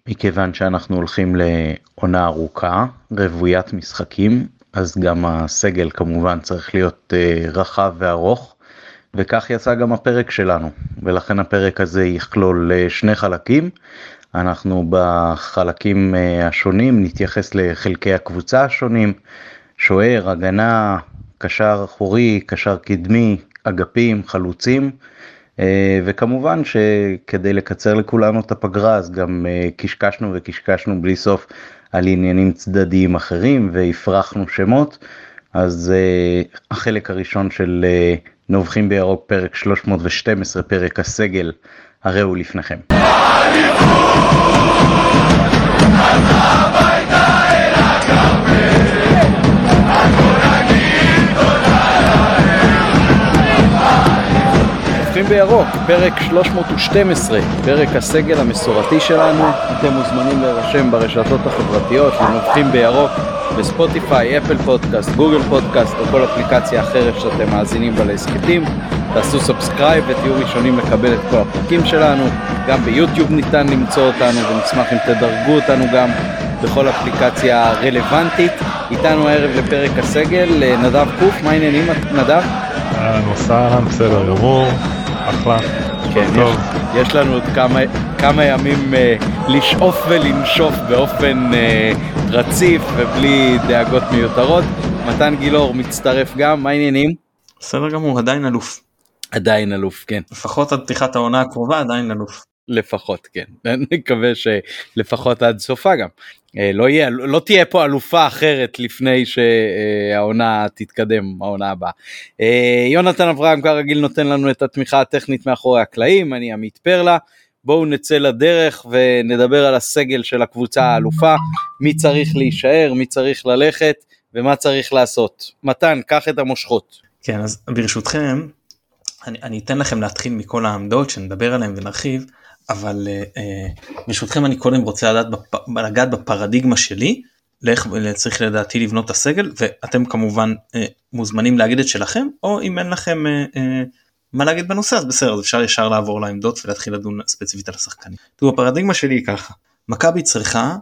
מכיוון שאנחנו הולכים לעונה ארוכה, רוויית משחקים, אז גם הסגל כמובן צריך להיות רחב וארוך, וכך יצא גם הפרק שלנו, ולכן הפרק הזה יכלול שני חלקים. אנחנו בחלקים השונים נתייחס לחלקי הקבוצה השונים, שוער, הגנה, קשר אחורי, קשר קדמי, אגפים, חלוצים, וכמובן שכדי לקצר לכולנו את הפגרה, אז גם קשקשנו בלי סוף על עניינים צדדיים אחרים, והפרחנו שמות. אז החלק הראשון של נובחים בירוק, פרק 312, פרק הסגל, הרי הוא לפניכם. נובחים בירוק, פרק 312, פרק הסגל המסורתי שלנו. אתם מוזמנים להירשם ברשתות החברתיות לנובחים בירוק, בספוטיפיי, אפל פודקאסט, גוגל פודקאסט או כל אפליקציה אחרת שאתם מאזינים בה להסכתים. תעשו סאבסקרייב ותהיו ראשונים לקבל את כל הפרקים שלנו. גם ביוטיוב ניתן למצוא אותנו, ונשמח אם תדרגו אותנו גם בכל אפליקציה רלוונטית. איתנו הערב לפרק הסגל נדב קוף. מה העניינים, נדב? נוסען, בסדר גמור, אחלה. כן, יש לנו עוד כמה ימים לשאוף ולנשוף באופן רציף ובלי דאגות מיותרות. מתן גילאור מצטרף גם. מה העניינים? בסדר גמור, עדיין אלוף. עדיין אלוף, כן. לפחות עד פתיחת העונה הקרובה עדיין אלוף. לפחות, כן. אני מקווה שלפחות עד סופה גם. לא תהיה פה אלופה אחרת לפני שהעונה תתקדם, העונה הבאה. יונתן אברהם כרגיל נותן לנו את התמיכה הטכנית מאחורי הקלעים. אני עמית פרלה. בואו נצא לדרך ונדבר על הסגל של הקבוצה האלופה. מי צריך להישאר, מי צריך ללכת ומה צריך לעשות. מתן, קח את המושכות. כן, אז ברשותכם, אני אתן לכם להתחיל מכל העמדות שנדבר עליהם ונרחיב, אבל ברשותכם אני קודם רוצה לגעת בפרדיגמה שלי, לאיך צריך לדעתי לבנות את הסגל, ואתם כמובן מוזמנים להגיד את שלכם, או אם אין לכם מה להגיד בנושא, אז בסדר, אז אפשר ישר לעבור לעמדות ולהתחיל לדון ספציפית על השחקנים. תראו, הפרדיגמה שלי היא ככה, מכבי צריכה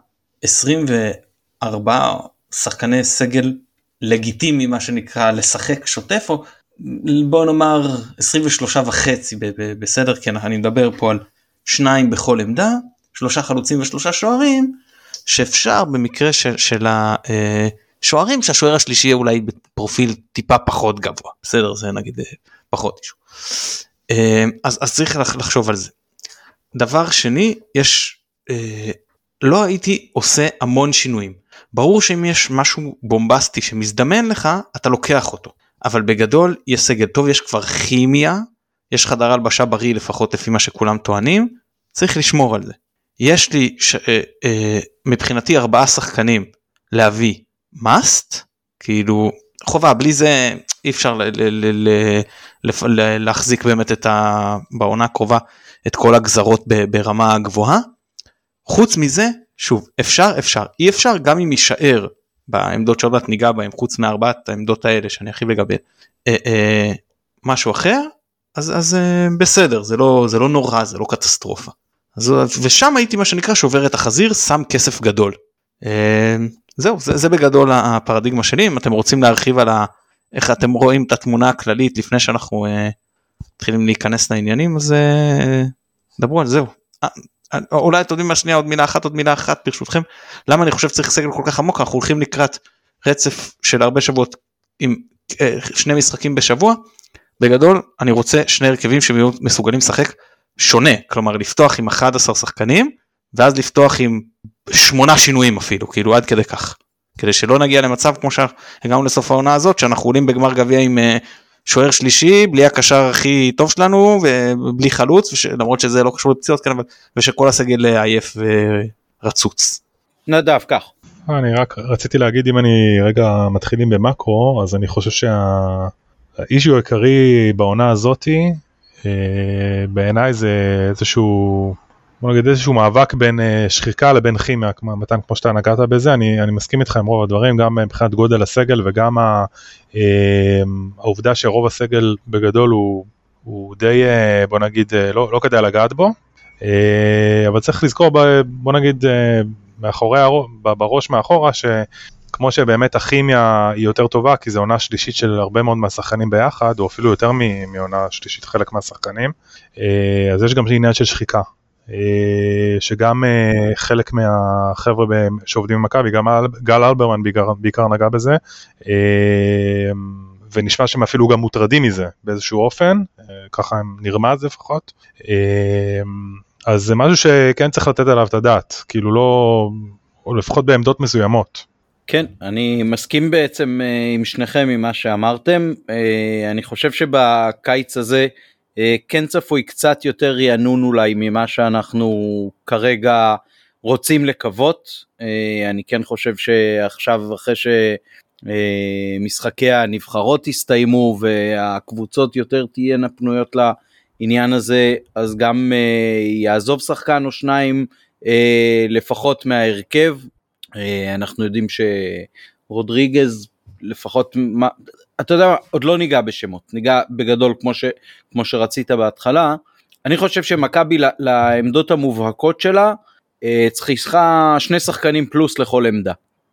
24 שחקני סגל לגיטימי, מה שנקרא לשחק שוטף, או בוא נאמר 23.5 בסדר, כי אני מדבר פה על 2 בכל עמדה, 3 חלוצים ו3 שוערים, שאפשר במקרה של השוערים, שהשוער השלישי אולי בפרופיל טיפה פחות גבוה, בסדר, זה נגיד פחות אישו. אז צריך לחשוב על זה. דבר שני, לא הייתי עושה המון שינויים. ברור שאם יש משהו בומבסטי שמזדמן לך, אתה לוקח אותו. אבל בגדול יש סגל טוב, יש כבר כימיה, יש חדר הלבשה בריא לפחות לפי מה שכולם טוענים, צריך לשמור על זה. יש לי מבחינתי 4 שחקנים להביא must, כאילו חובה, בלי זה אי אפשר להחזיק באמת בעונה הקרובה את כל הגזרות ברמה גבוהה. חוץ מזה, שוב, אפשר, אי אפשר גם אם יישאר בעמדות שעוד מעט ניגע בהם, חוץ מארבעת העמדות האלה שאני ארחיב לגבי משהו אחר, אז בסדר, זה לא נורא, זה לא קטסטרופה. ושם הייתי מה שנקרא שובר את החזיר, שם כסף גדול. זהו, זה בגדול הפרדיגמה שלי. אם אתם רוצים להרחיב על איך אתם רואים את התמונה הכללית לפני שאנחנו מתחילים להיכנס לעניינים, אז דברו על זהו. אולי אתם יודעים מהשנייה עוד מילה אחת ברשותכם, למה אני חושב צריך סגל כל כך עמוק. אנחנו הולכים לקראת רצף של הרבה שבועות עם 2 משחקים בשבוע. בגדול אני רוצה 2 הרכבים שיהיו מסוגלים לשחק שונה, כלומר לפתוח עם 11 שחקנים ואז לפתוח עם 8 שינויים אפילו, כאילו עד כדי כך, כדי שלא נגיע למצב כמו שהגענו לסוף העונה הזאת, שאנחנו עולים בגמר גביע עם שוער שלישי, בלי הקשר הכי טוב שלנו ובלי חלוץ, למרות שזה לא קשור לפציעות כאן, ושכל הסגל עייף ורצוץ. נדב, כך. אני רק רציתי להגיד, אם אני רגע מתחילים במקרו, אז אני חושב שהאישיו העיקרי בעונה הזאת, בעיניי זה איזשהו, בוא נגיד איזשהו מאבק בין שחיקה לבין כימיה, מתן כמו שאתה נגעת בזה, אני מסכים איתך עם רוב הדברים, גם מבחינת גודל הסגל וגם העובדה שרוב הסגל בגדול הוא די, בוא נגיד, לא כדאי לגעת בו, אבל צריך לזכור, בוא נגיד, בראש מאחורה, שכמו שבאמת הכימיה היא יותר טובה, כי זו עונה שלישית של הרבה מאוד מהשחקנים ביחד, או אפילו יותר מעונה שלישית חלק מהשחקנים, אז יש גם עניין של שחיקה. שגם חלק מהחבר'ה שעובדים במכבי, גם גל אלברמן בעיקר נגע בזה, ונשמע שהם אפילו גם מוטרדים מזה באיזשהו אופן, ככה הם נרמז לפחות, אז זה משהו שכן צריך לתת עליו את הדעת, כאילו לא, או לפחות בעמדות מסוימות. כן, אני מסכים בעצם עם שניכם ממה שאמרתם, אני חושב שבקיץ הזה כן צפוי קצת יותר רענון אולי ממה שאנחנו כרגע רוצים לקוות, אני כן חושב שעכשיו אחרי שמשחקי הנבחרות הסתיימו והקבוצות יותר תהיינה פנויות לעניין הזה, אז גם יעזוב שחקן או שניים לפחות מההרכב, אנחנו יודעים שרודריגז לפחות, אתה יודע, עוד לא ניגע בשמות, ניגע בגדול כמו שרצית בהתחלה. אני חושב שמכבי לעמדות המובהקות שלה צריכה 2 שחקנים פלוס לכל עמדה,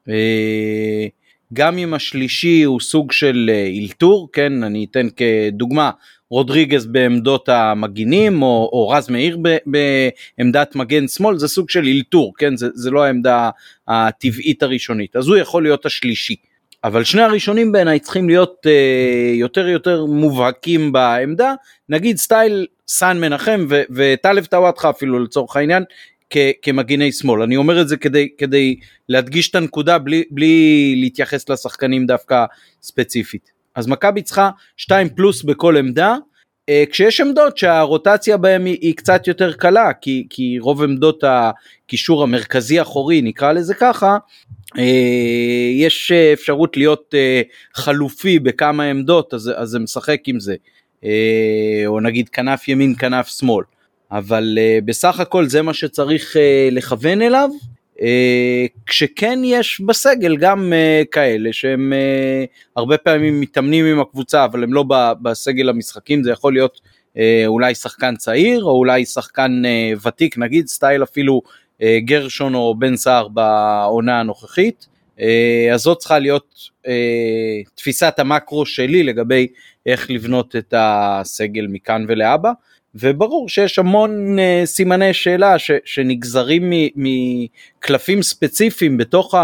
גם אם השלישי הוא סוג של אילתור, כן, אני אתן כדוגמה רודריגז בעמדות המגינים, או רז מאיר בעמדת מגן שמאל, זה סוג של אילתור, כן, זה לא העמדה הטבעית הראשונית, אז הוא יכול להיות השלישי, אבל שני הראשונים בעיניי צריכים להיות יותר מובהקים בעמדה, נגיד סטייל סן מנחם וטלב טוואטחה אפילו לצורך העניין, כמגיני שמאל. אני אומר את זה כדי להדגיש את הנקודה בלי להתייחס לשחקנים דווקא ספציפית. אז מכבי צריכה 2 פלוס בכל עמדה, כשיש עמדות שהרוטציה בהם היא קצת יותר קלה, כי רוב עמדות הקישור המרכזי אחורי, נקרא לזה ככה, יש אפשרות להיות חלופי בכמה עמדות, אז זה משחק עם זה, או נגיד כנף ימין, כנף שמאל, אבל בסך הכל זה מה שצריך לכוון אליו, כשכן יש בסגל גם כאלה שהם הרבה פעמים מתאמנים עם הקבוצה, אבל הם לא בסגל המשחקים, זה יכול להיות אולי שחקן צעיר, או אולי שחקן ותיק, נגיד סטייל אפילו גרשון או בן סער בעונה הנוכחית, אז זאת צריכה להיות תפיסת המקרו שלי לגבי איך לבנות את הסגל מכאן ולהבא, וברור שיש המון סימני שאלה שנגזרים מקלפים ספציפיים בתוך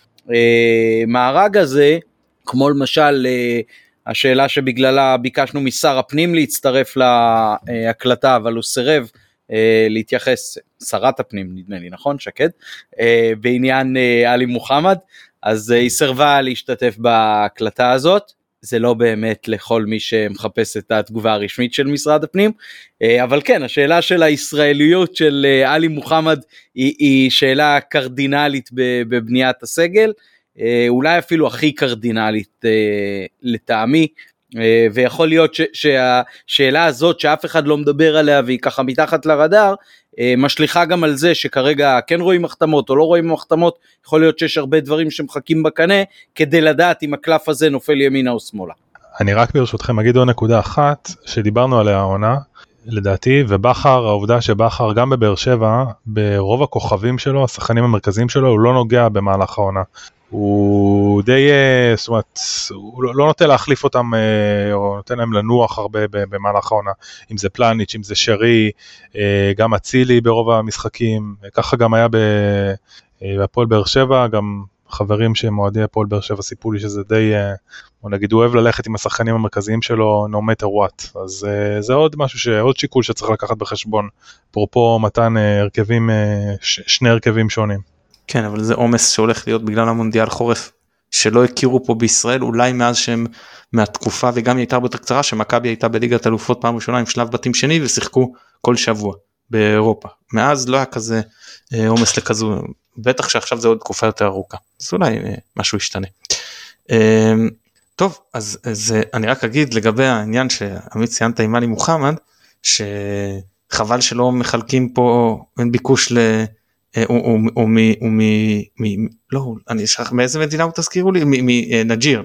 המארג הזה, כמו למשל השאלה שבגללה ביקשנו משר הפנים להצטרף להקלטה, אבל הוא סירב להתייחס, שרת הפנים נדמה לי, נכון? שקד, בעניין עלי מוחמד, אז היא סרבה להשתתף בהקלטה הזאת, זה לא באמת לכל מי שמחפש את התגובה הרשמית של משרד הפנים, אבל כן, השאלה של הישראליות של עלי מוחמד היא שאלה קרדינלית בבניית הסגל, אולי אפילו הכי קרדינלית לטעמי, ויכול להיות שהשאלה הזאת שאף אחד לא מדבר עליה והיא ככה מתחת לרדאר, משליחה גם על זה שכרגע כן רואים החתמות או לא רואים החתמות, יכול להיות שיש הרבה דברים שמחכים בקנה, כדי לדעת אם הקלף הזה נופל ימינה או שמאלה. אני רק ברשותכם אגיד עוד נקודה אחת, שדיברנו עליה העונה, לדעתי, ובחר, העובדה שבחר גם בבאר שבע, ברוב הכוכבים שלו, השחקנים המרכזיים שלו, הוא לא נוגע במהלך העונה. הוא די, זאת אומרת, הוא לא נוטה להחליף אותם, או נותן להם לנוח הרבה במהלך העונה, אם זה פלניץ', אם זה שרי, גם אצילי ברוב המשחקים, ככה גם היה בפועל באר שבע, גם חברים שמועדי הפועל באר שבע סיפרו לי שזה די, או נגיד הוא אוהב ללכת עם השחקנים המרכזיים שלו, no matter what, אז זה עוד משהו, עוד שיקול שצריך לקחת בחשבון, פרופו מתן הרכבים, שני הרכבים שונים. כן, אבל זה עומס שהולך להיות בגלל המונדיאל חורף, שלא הכירו פה בישראל, אולי מאז שהם מהתקופה, וגם היא הייתה הרבה יותר קצרה, שמכבי הייתה בליגת אלופות פעם ראשונה עם שלב בתים שני, ושיחקו כל שבוע באירופה. מאז לא היה כזה עומס לכזו, בטח שעכשיו זה עוד תקופה יותר ארוכה, אז אולי משהו ישתנה. טוב, אז אני רק אגיד לגבי העניין שעמית ציינת עם עלי מוחמד, שחבל שלא מחלקים פה, אין ביקוש לא, אני אשכח מאיזה מדינה הוא תזכירו לי, מנג'יר,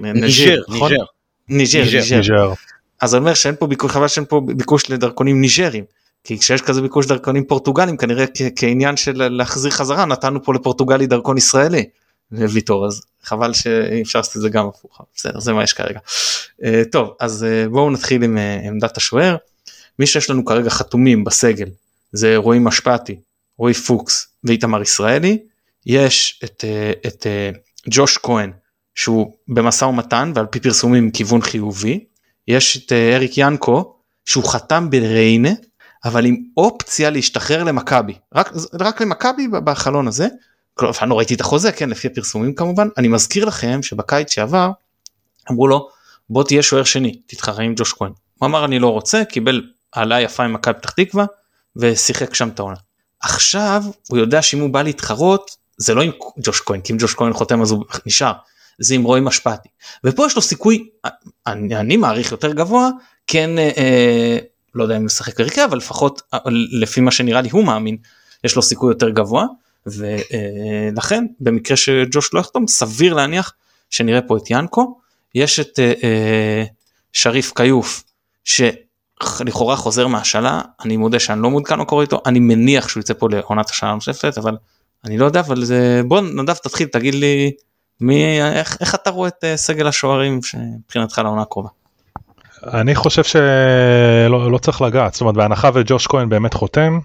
ניג'ר, אז אני אומר שאין פה ביקוש, חבל שאין פה ביקוש לדרכונים ניג'רים, כי כשיש כזה ביקוש דרכונים פורטוגלים, כנראה כעניין של להחזיר חזרה, נתנו פה לפורטוגלי דרכון ישראלי, ויטור, אז חבל שאפשר לעשות את זה גם הפוך, בסדר, זה מה יש כרגע. טוב, אז בואו נתחיל עם עמדת השוער, מי שיש לנו כרגע חתומים בסגל, זה רועי משפטי, רועי פוקס ואיתמר ישראלי, יש את ג'וש כהן, שהוא במשא ומתן, ועל פי פרסומים כיוון חיובי, יש את אריק ינקו, שהוא חתם בריינה, אבל עם אופציה להשתחרר למכבי, רק למכבי בחלון הזה, אני לא ראיתי את החוזה, כן, לפי הפרסומים כמובן, אני מזכיר לכם שבקיץ שעבר, אמרו לו, בוא תהיה שוער שני, תתחרה עם ג'וש כהן, הוא אמר אני לא רוצה, קיבל העלה יפה עם מכבי פתח תקווה, ושיחק שם את העונה. עכשיו, הוא יודע שאם הוא בא להתחרות, זה לא עם ג'וש כהן, כי אם ג'וש כהן חותם אז הוא נשאר, זה עם רועי משפטי, ופה יש לו סיכוי, אני מעריך יותר גבוה, כן, לא יודע אם לשחק הרכב, אבל לפחות לפי מה שנראה לי הוא מאמין, יש לו סיכוי יותר גבוה, ולכן במקרה שג'וש לא יחתום, סביר להניח שנראה פה את ינקו, יש את שריף קיוף, שלכאורה חוזר מהשאלה, אני מודה שאני לא מודכן מה קורה איתו, אני מניח שהוא יצא פה לעונת השאלה הנוספת, אבל אני לא יודע, אבל זה, בוא נדב תתחיל, תגיד לי, איך אתה רואה את סגל השוערים מבחינתך לעונה הקרובה? אני חושב שלא צריך לגעת, זאת אומרת בהנחה וג'וש כהן באמת חותם,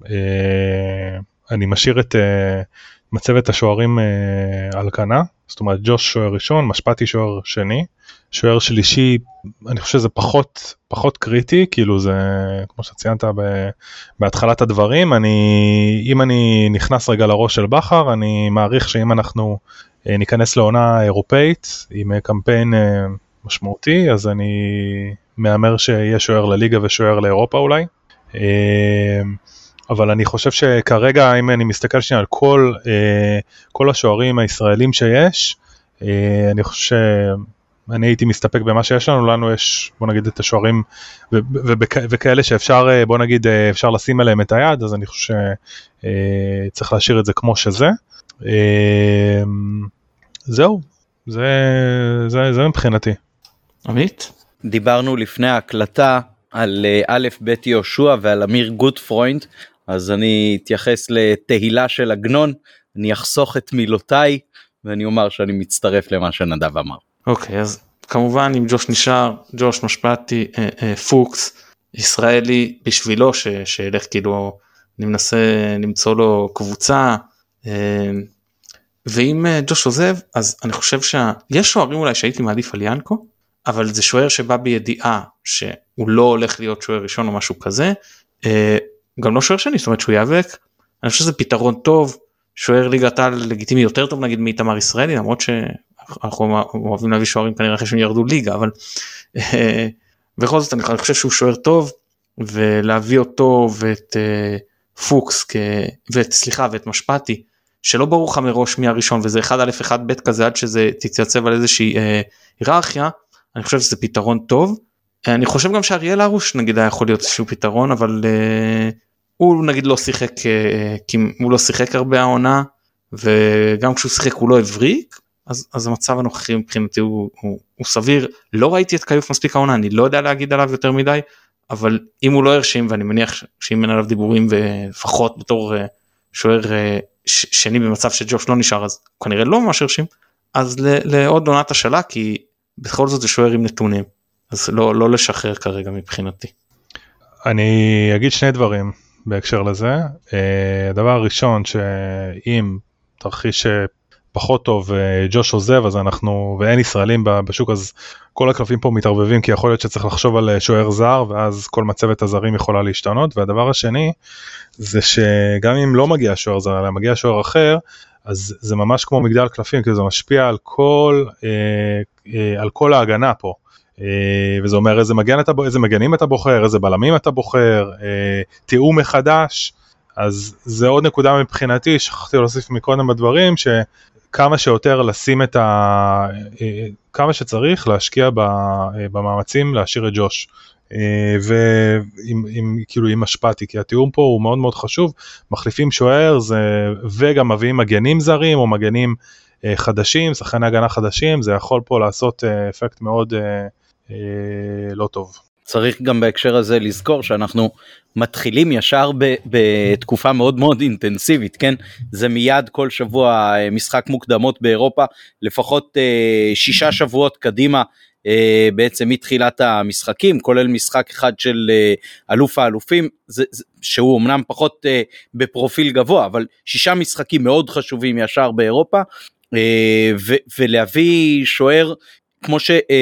אני משאיר את מצבת השוערים על כנה, זאת אומרת ג'וש שוער ראשון, משפטי שוער שני, שוער שלישי, אני חושב שזה פחות קריטי, כאילו זה כמו שציינת בהתחלת הדברים, אם אני נכנס רגע לראש של בחר, אני מעריך שאם אנחנו ניכנס לעונה אירופאית עם קמפיין משמעותי, אז אני מאמר שיהיה שוער לליגה ושוער לאירופה אולי, אבל אני חושב שכרגע אם אני מסתכל שנייה על כל השוערים הישראלים שיש, אני חושב שאני הייתי מסתפק במה שיש לנו יש בוא נגיד את השוערים וכאלה שאפשר בוא נגיד אפשר לשים עליהם את היד, אז אני חושב שצריך להשאיר את זה כמו שזה. זהו, זה מבחינתי. עמית? דיברנו לפני ההקלטה על א' ב' יהושע ועל אמיר גוטפרוינד, אז אני אתייחס לתהילה של עגנון, אני אחסוך את מילותיי, ואני אומר שאני מצטרף למה שנדב אמר. אוקיי, אז כמובן אם ג'וש נשאר, ג'וש משפטי, פוקס, ישראלי בשבילו, שילך כאילו, אני מנסה למצוא לו קבוצה, ואם ג'וש עוזב, אז אני חושב שיש שוערים אולי שהייתי מעדיף על ינקו, אבל זה שוער שבא בידיעה שהוא לא הולך להיות שוער ראשון או משהו כזה, גם לא שוער שני, זאת אומרת שהוא יאבק, אני חושב שזה פתרון טוב, שוער ליגת העל לגיטימי יותר טוב נגיד מאיתמר ישראלי, למרות שאנחנו אוהבים להביא שוערים כנראה אחרי שהם ירדו ליגה, אבל בכל זאת אני חושב שהוא שוער טוב, ולהביא אותו ואת פוקס, ואת משפטי, שלא ברור לך מראש מי הראשון, וזה 1א 1ב כזה עד שזה תתייצב על איזושהי היררכיה, אני חושב שזה פתרון טוב. אני חושב גם שאריאל הרוש נגיד היה יכול להיות איזשהו פתרון, אבל הוא נגיד לא שיחק, כי הוא לא שיחק הרבה העונה, וגם כשהוא שיחק הוא לא הבריק, אז המצב הנוכחי מבחינתי הוא סביר. לא ראיתי את קיוף מספיק העונה, אני לא יודע להגיד עליו יותר מדי, אבל אם הוא לא הרשים, ואני מניח שאם אין עליו דיבורים, ולפחות בתור שוער שני במצב שג'וש לא נשאר, אז כנראה לא ממש הרשים, אז לעוד עונת השאלה, כי בכל זאת זה שוער עם נתונים, אז לא לשחרר כרגע מבחינתי. אני אגיד שני דברים בהקשר לזה. הדבר הראשון, שאם תרחיש פחות טוב ג'וש עוזב, אז אנחנו, ואין ישראלים בשוק, אז כל הקלפים פה מתערבבים, כי יכול להיות שצריך לחשוב על שוער זר, ואז כל מצבת הזרים יכולה להשתנות. והדבר השני, זה שגם אם לא מגיע שוער זר, אלא מגיע שוער אחר, אז זה ממש כמו מגדל קלפים, כי זה משפיע על כל ההגנה פה. וזה אומר איזה מגנים אתה בוחר, איזה בלמים אתה בוחר, תיאום מחדש. אז זה עוד נקודה מבחינתי, שכחתי להוסיף מקודם בדברים, שכמה שיותר לשים כמה שצריך להשקיע במאמצים להשאיר את ג'וש. כאילו עם משפטי, כי התיאום פה הוא מאוד מאוד חשוב, מחליפים שוער, וגם מביאים מגנים זרים, או מגנים חדשים, שחקני הגנה חדשים, זה יכול פה לעשות אפקט מאוד לא טוב. צריך גם בהקשר הזה לזכור שאנחנו מתחילים ישר בתקופה מאוד מאוד אינטנסיבית, כן? זה מיד כל שבוע משחק מוקדמות באירופה, לפחות 6 שבועות קדימה, בעצם מתחילת המשחקים, כולל משחק אחד של אלוף האלופים, שהוא אמנם פחות בפרופיל גבוה, אבל 6 משחקים מאוד חשובים ישר באירופה, ולהביא שוער, כמו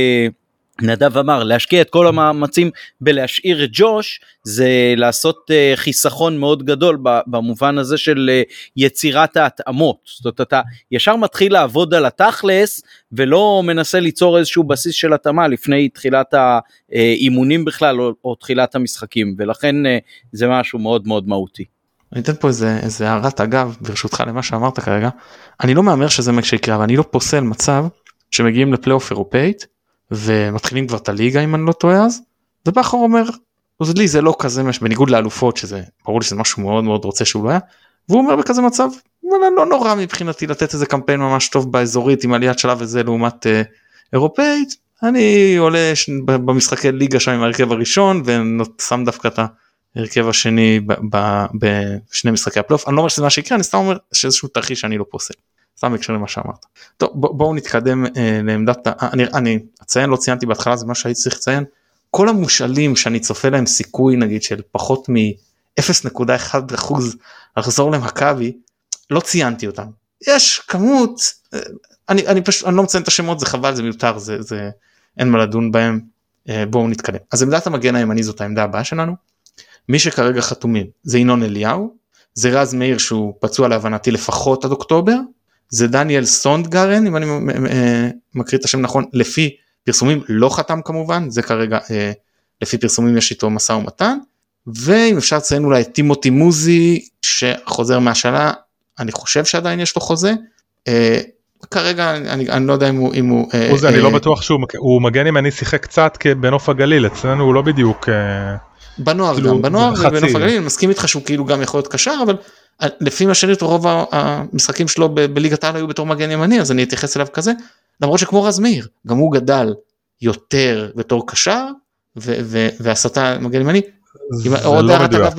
נדב אמר, להשקיע את כל המאמצים בלהשאיר את ג'וש, זה לעשות חיסכון מאוד גדול במובן הזה של יצירת ההתאמות. זאת אומרת, אתה ישר מתחיל לעבוד על התכלס, ולא מנסה ליצור איזשהו בסיס של התאמה לפני תחילת האימונים בכלל, או תחילת המשחקים, ולכן זה משהו מאוד מאוד מהותי. אני אתן פה איזה הערת אגב, ברשותך למה שאמרת כרגע, אני לא מאמר שזה מה שיקרה, אבל אני לא פוסל מצב שמגיעים לפלייאוף אירופאית, ומתחילים כבר את הליגה אם אני לא טועה אז, ובכר אומר, אז לי זה לא כזה, בניגוד לאלופות, שזה ברור לי שזה משהו מאוד מאוד רוצה שהוא לא היה, והוא אומר בכזה מצב, לא נורא מבחינתי לתת איזה קמפיין ממש טוב באזורית, עם עליית שלב וזה לעומת אירופאית, אני עולה במשחקי ליגה שם עם הרכב הראשון, ושם דווקא את הרכב השני בשני משחקי הפלייאוף, אני לא אומר שזה מה שיקרה, אני סתם אומר שאיזשהו תרחיש שאני לא פוסל. סתם בקשר למה שאמרת. טוב, בואו נתקדם לעמדת, אני אציין, לא ציינתי בהתחלה, זה מה שהייתי צריך לציין, כל המושאלים שאני צופה להם סיכוי נגיד של פחות מ-0.1% לחזור למכבי, לא ציינתי אותם. יש כמות, אני פשוט, אני לא מציין את השמות, זה חבל, זה מיותר, זה אין מה לדון בהם, בואו נתקדם. אז עמדת המגן הימני זאת העמדה הבאה שלנו, מי שכרגע חתומים זה ינון אליהו, זה רז מאיר שהוא פצוע להבנתי לפחות עד אוקטובר, זה דניאל סונדגרן, אם אני מקריא את השם נכון, לפי פרסומים לא חתם כמובן, זה כרגע לפי פרסומים יש איתו משא ומתן, ואם אפשר לציין אולי את טימותי מוזי, שחוזר מהשאלה, אני חושב שעדיין יש לו חוזה, כרגע אני לא יודע אם הוא... מוזי, אני לא בטוח שהוא מגן אם אני שיחק קצת בנוף הגליל, אצלנו הוא לא בדיוק... בנוער גם, בנוער ובנוף הגליל, אני מסכים איתך שהוא כאילו גם יכול להיות קשר, אבל... לפי מה שראיתי רוב המשחקים שלו בליגת העל היו בתור מגן ימני, אז אני אתייחס אליו כזה, למרות שכמו רז מאיר, גם הוא גדל יותר בתור קשר, והסתה מגן ימני, עוד הערת אגב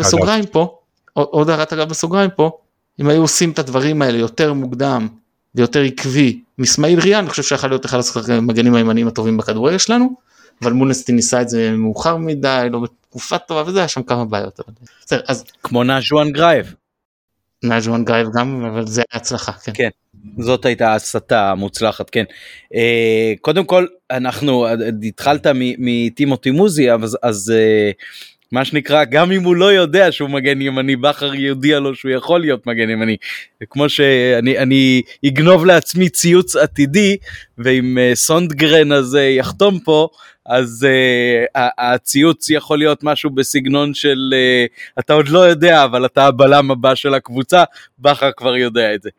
בסוגריים פה, אם היו עושים את הדברים האלה יותר מוקדם, ויותר עקבי, מסמאיל ריאן, אני חושב שיכול להיות אחד המגנים הימניים הטובים בכדורגל שלנו, אבל מונסטי ניסה את זה מאוחר מדי, לא בתקופה טובה, וזה היה שם כמה בעיות. כמו נאז'ואן גרייב. נאז'ואן גרייב גם, אבל זה הצלחה, כן. כן, זאת הייתה הסתה מוצלחת, כן. קודם כל, התחלת מטימותי מוזי, אז מה שנקרא, גם אם הוא לא יודע שהוא מגן ימני, בכר יודיע לו שהוא יכול להיות מגן ימני, כמו שאני אגנוב לעצמי ציוץ עתידי, ואם סונדגרן הזה יחתום פה, אז הציוץ יכול להיות משהו בסגנון של אתה עוד לא יודע, אבל אתה הבלם הבא של הקבוצה, בכר כבר יודע את זה.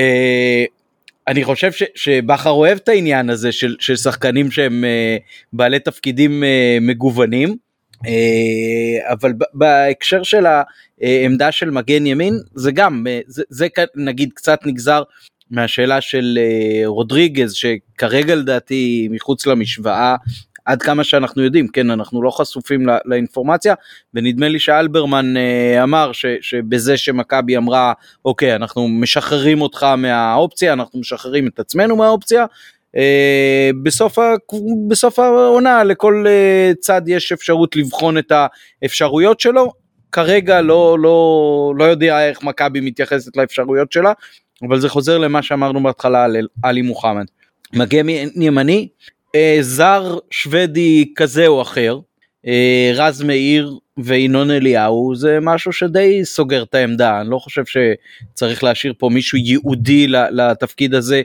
אני חושב שבכר אוהב את העניין הזה של שחקנים שהם בעלי תפקידים מגוונים, אבל בהקשר של העמדה של מגן ימין, זה גם, זה נגיד קצת נגזר מהשאלה של רודריגז, שכרגע לדעתי מחוץ למשוואה, עד כמה שאנחנו יודעים, כן, אנחנו לא חשופים לאינפורמציה, ונדמה לי שאלברמן אמר שבזה שמכבי אמרה, אוקיי, אנחנו משחררים אותך מהאופציה, אנחנו משחררים את עצמנו מהאופציה, בסוף העונה לכל צד יש אפשרות לבחון את האפשרויות שלו, כרגע לא יודע איך מכבי מתייחסת לאפשרויות שלה, אבל זה חוזר למה שאמרנו בהתחלה על עלי מוחמד. מגן ימני, זר שוודי כזה או אחר, רז מאיר וינון אליהו, זה משהו שדי סוגר את העמדה, אני לא חושב שצריך להשאיר פה מישהו ייעודי לתפקיד הזה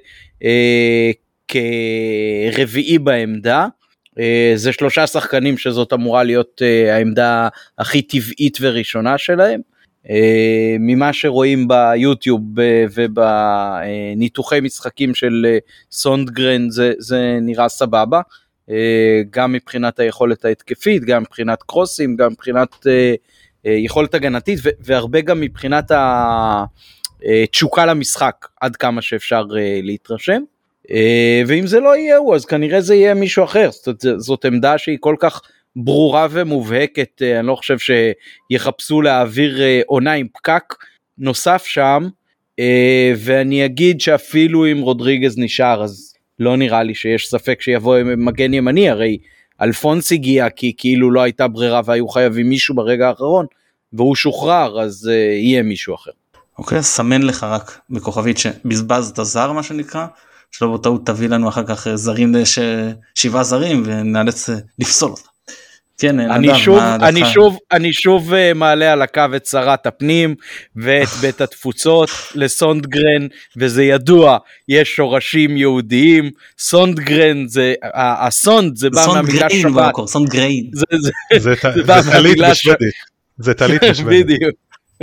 כרביעי בעמדה, זה 3 שחקנים שזאת אמורה להיות העמדה הכי טבעית וראשונה שלהם, ממה שרואים ביוטיוב ובניתוחי משחקים של סונדגרן זה נראה סבבה, גם מבחינת היכולת ההתקפית, גם מבחינת קרוסים, גם מבחינת יכולת הגנתית, והרבה גם מבחינת התשוקה למשחק, עד כמה שאפשר להתרשם, ואם זה לא יהיה הוא, אז כנראה זה יהיה מישהו אחר, זאת עמדה שהיא כל כך ברורה ומובהקת, אני לא חושב שיחפשו להעביר עונה עם פקק נוסף שם, ואני אגיד שאפילו אם רודריגז נשאר, אז לא נראה לי שיש ספק שיבוא עם מגן ימני, הרי אלפונס הגיע כי כאילו לא הייתה ברירה והיו חייבים מישהו ברגע האחרון, והוא שוחרר, אז יהיה מישהו אחר. אוקיי, סמן לך רק בכוכבית שבזבז את הזר מה שנקרא, שלא בטעות תביא לנו אחר כך זרים, 7 זרים ונאלץ לפסול אותה. כן, אני שוב מעלה על הקו את שרת הפנים ואת בית התפוצות לסונדגרן, וזה ידוע, יש שורשים יהודיים, סונדגרן זה, הסונד זה בא מהמילה שבת, סונדגריין, זה טלית בשוודית, זה טלית בשוודית. בדיוק.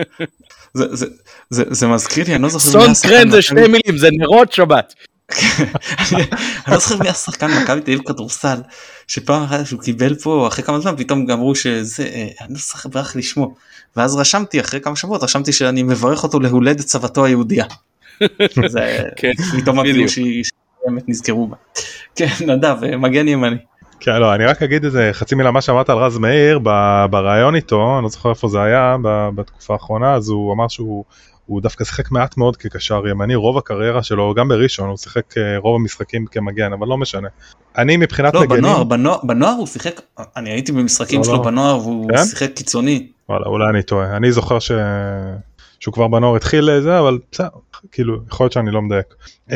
זה מזכיר לי, אני לא זוכר, סונדגרן זה 2 מילים, זה נרות שבת. אני לא זוכר מי השחקן מכבי תל אביב כדורסל שפעם אחת שהוא קיבל פה אחרי כמה זמן פתאום אמרו שזה אני לא זוכר ברח לשמו, ואז רשמתי אחרי כמה שבועות רשמתי שאני מברך אותו להולדת צוותו היהודיה. זה פתאום הביאו שבאמת נזכרו בה. כן, נדב, מגן ימני. כן, לא, אני רק אגיד איזה חצי מילה מה שאמרת על רז מאיר ברעיון איתו, אני לא זוכר איפה זה היה בתקופה האחרונה, אז הוא אמר שהוא דווקא שיחק מעט מאוד כקשר ימני, רוב הקריירה שלו, גם בראשון, הוא שיחק רוב המשחקים כמגן, אבל לא משנה. אני מבחינת מגנים... לא, בנוער הוא שיחק, אני הייתי במשחקים שלו בנוער, והוא שיחק קיצוני. וואלה, אולי אני טועה. אני זוכר שהוא כבר בנוער התחיל לזה, אבל בסדר, כאילו, יכול להיות שאני לא מדייק.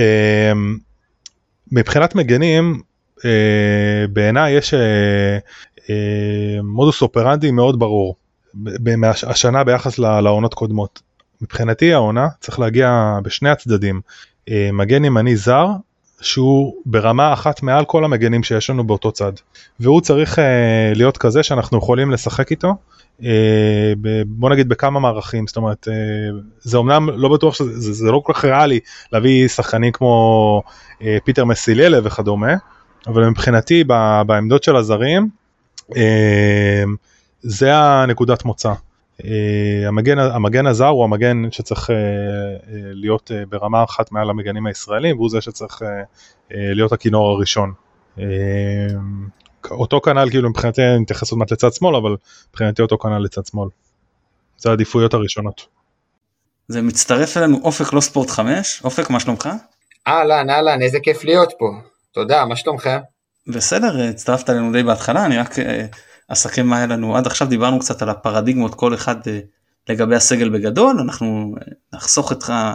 מבחינת מגנים, בעיניי יש מודוס אופרנדי מאוד ברור, השנה ביחס לעונות קודמות. מבחינתי העונה צריך להגיע בשני הצדדים, מגן ימני זר שהוא ברמה אחת מעל כל המגנים שיש לנו באותו צד, והוא צריך להיות כזה שאנחנו יכולים לשחק איתו, בוא נגיד בכמה מערכים, זאת אומרת זה אומנם לא בטוח שזה לא כל כך ריאלי להביא שחקנים כמו פיטר מסיליאלה וכדומה, אבל מבחינתי בעמדות של הזרים זה הנקודת מוצא. המגן הזר הוא המגן שצריך להיות ברמה אחת מעל המגנים הישראלים, והוא זה שצריך להיות הכינור הראשון. אותו כנל, כאילו מבחינתי נתייחס עוד מעט לצד שמאל, אבל מבחינתי אותו כנל לצד שמאל. זה העדיפויות הראשונות. זה מצטרף אלינו אופק לא ספורט 5, אופק מה שלומך? אהלן, איזה כיף להיות פה. תודה, מה שלומכם? בסדר, הצטרפת אלינו די בהתחלה, אני רק אסכם מה היה לנו, עד עכשיו דיברנו קצת על הפרדיגמות כל אחד לגבי הסגל בגדול, אנחנו נחסוך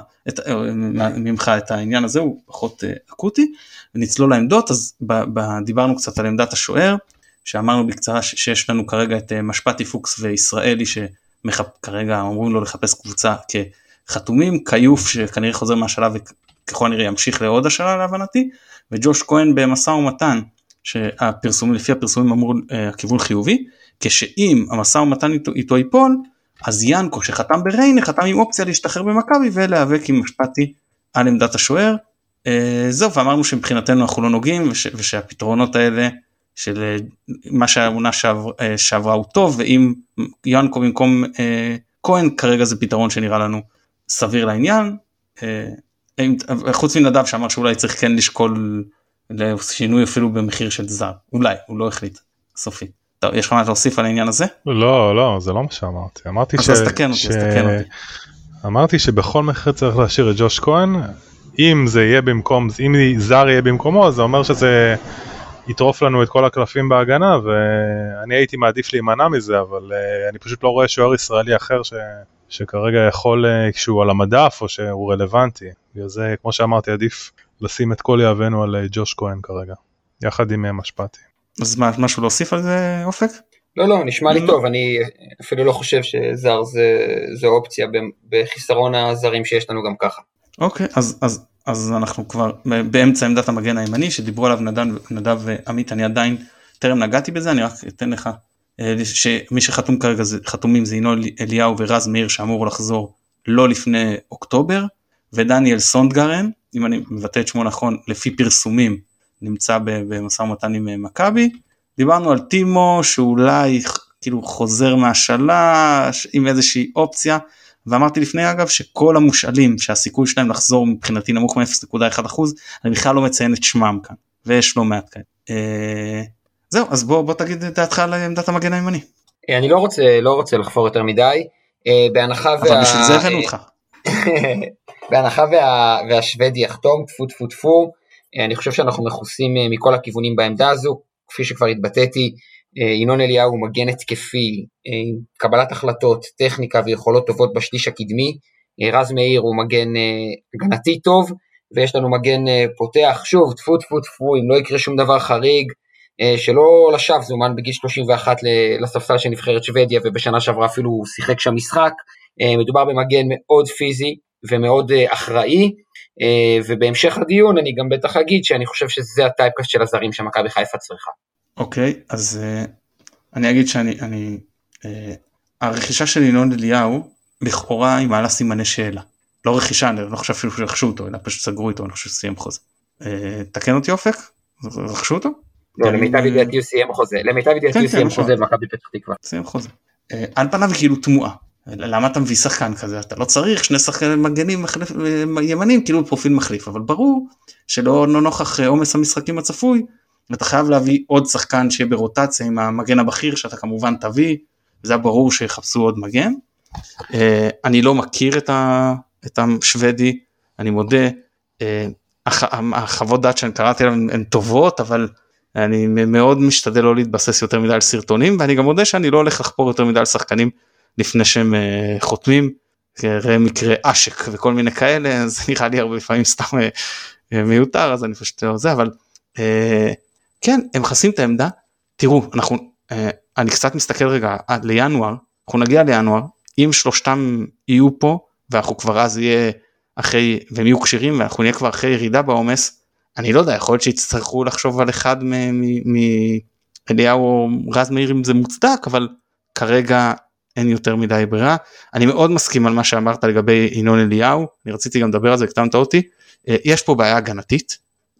ממך את העניין הזה, הוא פחות אקוטי, ונצלול לעמדות, אז דיברנו קצת על עמדת השוער, שאמרנו בקצרה שיש לנו כרגע את משפטי פוקס וישראלי, שכרגע אומרים לו לחפש קבוצה כחתומים, קיוף שכנראה חוזר מהשלב וככל הנראה ימשיך לעוד השאלה להבנתי, וג'וש כהן במשא ומתן, לפי הפרסומים אמרו הכיוון חיובי, כשאם המשא ומתן איתו ייפול, אז ינקו שחתם בריינה, חתם עם אופציה להשתחרר במכבי, ולהיאבק עם משפטי על עמדת השוער, זהו, ואמרנו שמבחינתנו אנחנו לא נוגעים, ושהפתרונות האלה, של מה שהעונה שעברה הוא טוב, ואם ינקו במקום כהן, כרגע זה פתרון שנראה לנו סביר לעניין, חוץ מנדב שאמר שאולי צריך כן לשקול לשינוי אפילו במחיר של זר, אולי, הוא לא החליט, סופי. טוב, יש לך מה להוסיף על העניין הזה? לא, זה לא מה שאמרתי. אז תקן אותי. אמרתי שבכל מחיר צריך להשאיר את ג'וש כהן, אם זה יהיה במקום, אם זר יהיה במקומו, זה אומר שזה יטרוף לנו את כל הקלפים בהגנה, ואני הייתי מעדיף להימנע מזה, אבל אני פשוט לא רואה שוער ישראלי אחר שכרגע יכול, כשהוא על המדף או שהוא רלוונטי. וזה, כמו שאמרתי, עדיף לשים את כל יהבנו על ג'וש כהן כרגע, יחד עם משפטי. אז משהו להוסיף על זה, אופק? לא, נשמע לי טוב, אני אפילו לא חושב שזר זה אופציה בחיסרון הזרים שיש לנו גם ככה. אוקיי, אז אנחנו כבר באמצע עמדת המגן הימני, שדיברו עליו נדב ועמית, אני עדיין טרם נגעתי בזה, אני רק אתן לך, שמי שחתום כרגע חתומים זה ינון אליהו ורז מאיר, שאמור לחזור לא לפני אוקטובר, ודניאל סונדגרן, אם אני מבטא את שמו נכון, לפי פרסומים, נמצא במשא ומתן עם מכבי. דיברנו על טימו שאולי כאילו חוזר מהשאלה עם איזושהי אופציה, ואמרתי לפני אגב שכל המושאלים שהסיכוי שלהם לחזור מבחינתי נמוך מ-0.1%, אני בכלל לא מציין את שמם כאן, ויש לא מעט כאן. זהו, אז בוא תגיד את דעתך על עמדת המגן הימני. אני לא רוצה לחפור יותר מדי, בהנחה אבל בשביל זה הבאנו אותך. בהנחה והשוודי יחתום, טפו טפו טפו, אני חושב שאנחנו מכוסים מכל הכיוונים בעמדה הזו, כפי שכבר התבטאתי, ינון אליהו הוא מגן התקפי, קבלת החלטות, טכניקה ויכולות טובות בשליש הקדמי, רז מאיר הוא מגן הגנתי טוב, ויש לנו מגן פותח, שוב, טפו טפו טפו, אם לא יקרה שום דבר חריג, שלא לשווא, זומן בגיל 31 לספסל של נבחרת שוודיה, ובשנה שעברה אפילו הוא שיחק שם משחק, מדובר במגן מאוד פיזי, ומאוד אחראי, ובהמשך הדיון אני גם בטח אגיד, שאני חושב שזה הטייפקאסט של הזרים שמכבי חיפה צריכה. אוקיי, אז אני אגיד הרכישה של ינון אליהו, לכאורה היא מעלה סימני שאלה. לא רכישה, אני לא חושב אפילו שרכשו אותו, אלא פשוט סגרו איתו, אני חושב שסיים חוזה. תקן אותי אופק? רכשו אותו? לא, למיטב ידיעתי הוא סיים חוזה. למיטב ידיעתי הוא סיים חוזה במכבי פתח תקווה. סיים חוזה. על פניו כאילו תמוהה. למה אתה מביא שחקן כזה? אתה לא צריך שני שחקנים מגנים ימנים, כאילו פרופיל מחליף, אבל ברור שלא נוכח עומס המשחקים הצפוי, אתה חייב להביא עוד שחקן שיהיה ברוטציה עם המגן הבכיר, שאתה כמובן תביא, זה ברור שיחפשו עוד מגן. אני לא מכיר את השוודי, אני מודה, החוות דעת שאני קראתי עליהן הן טובות, אבל אני מאוד משתדל לא להתבסס יותר מדי על סרטונים, ואני גם מודה שאני לא הולך לחפור יותר מדי על שחקנים, לפני שהם חותמים, ראה מקרה אשק וכל מיני כאלה, זה נראה לי הרבה לפעמים סתם מיותר, אז אני פשוט לא זה, אבל כן, הם חסים את העמדה, תראו, אני קצת מסתכל רגע לינואר, אנחנו נגיע לינואר, אם שלושתם יהיו פה, ואנחנו כבר אז יהיה אחרי, והם יהיו קשירים, ואנחנו נהיה כבר אחרי ירידה בעומס, אני לא יודע, יכול להיות שיצטרכו לחשוב על אחד מאליהו או רז מאיר אם זה מוצדק, אבל כרגע אין יותר מדי ברירה. אני מאוד מסכים על מה שאמרת לגבי ינון אליהו, אני רציתי גם לדבר על זה, הקטנת אותי, יש פה בעיה הגנתית,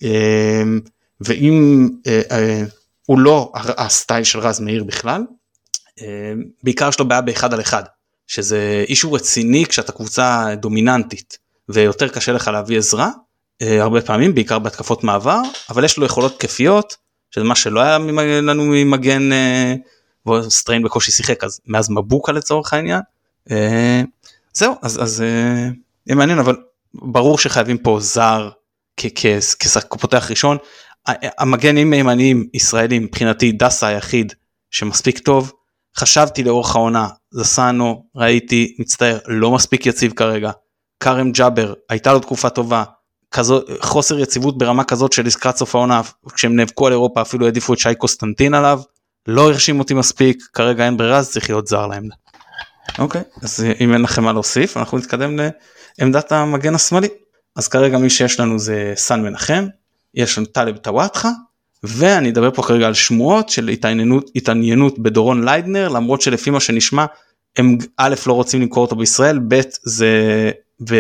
ואם הוא לא הסטייל של רז מאיר בכלל, בעיקר יש לו בעיה באחד על אחד, שזה אישו רציני כשאתה קבוצה דומיננטית, ויותר קשה לך להביא עזרה, הרבה פעמים, בעיקר בהתקפות מעבר, אבל יש לו יכולות כיפיות, שזה מה שלא היה לנו ממגן, וסטריין בקושי שיחק, אז מאז מבוקה לצורך העניין, זהו, אז יהיה מעניין, אבל ברור שחייבים פה זר, כפותח ראשון, המגנים הימניים ישראלים, מבחינתי דסה היחיד, שמספיק טוב, חשבתי לאורך העונה, זסנו, ראיתי, מצטער, לא מספיק יציב כרגע, קרם ג'אבר, הייתה לו תקופה טובה, חוסר יציבות ברמה כזאת של לקראת סוף העונה, כשהם נאבקו על אירופה אפילו העדיפו את שי קוסטנטין עליו, לא הרשים אותי מספיק, כרגע אין ברירה, אז צריך להיות זר לעמדה. אוקיי, אז אם אין לכם מה להוסיף, אנחנו נתקדם לעמדת המגן השמאלי. אז כרגע מי שיש לנו זה סן מנחם, יש לנו טלב טוואטחה, ואני אדבר פה כרגע על שמועות של התעניינות בדורון ליידנר, למרות שלפי מה שנשמע, הם א' לא רוצים למכור אותו בישראל, ב' זה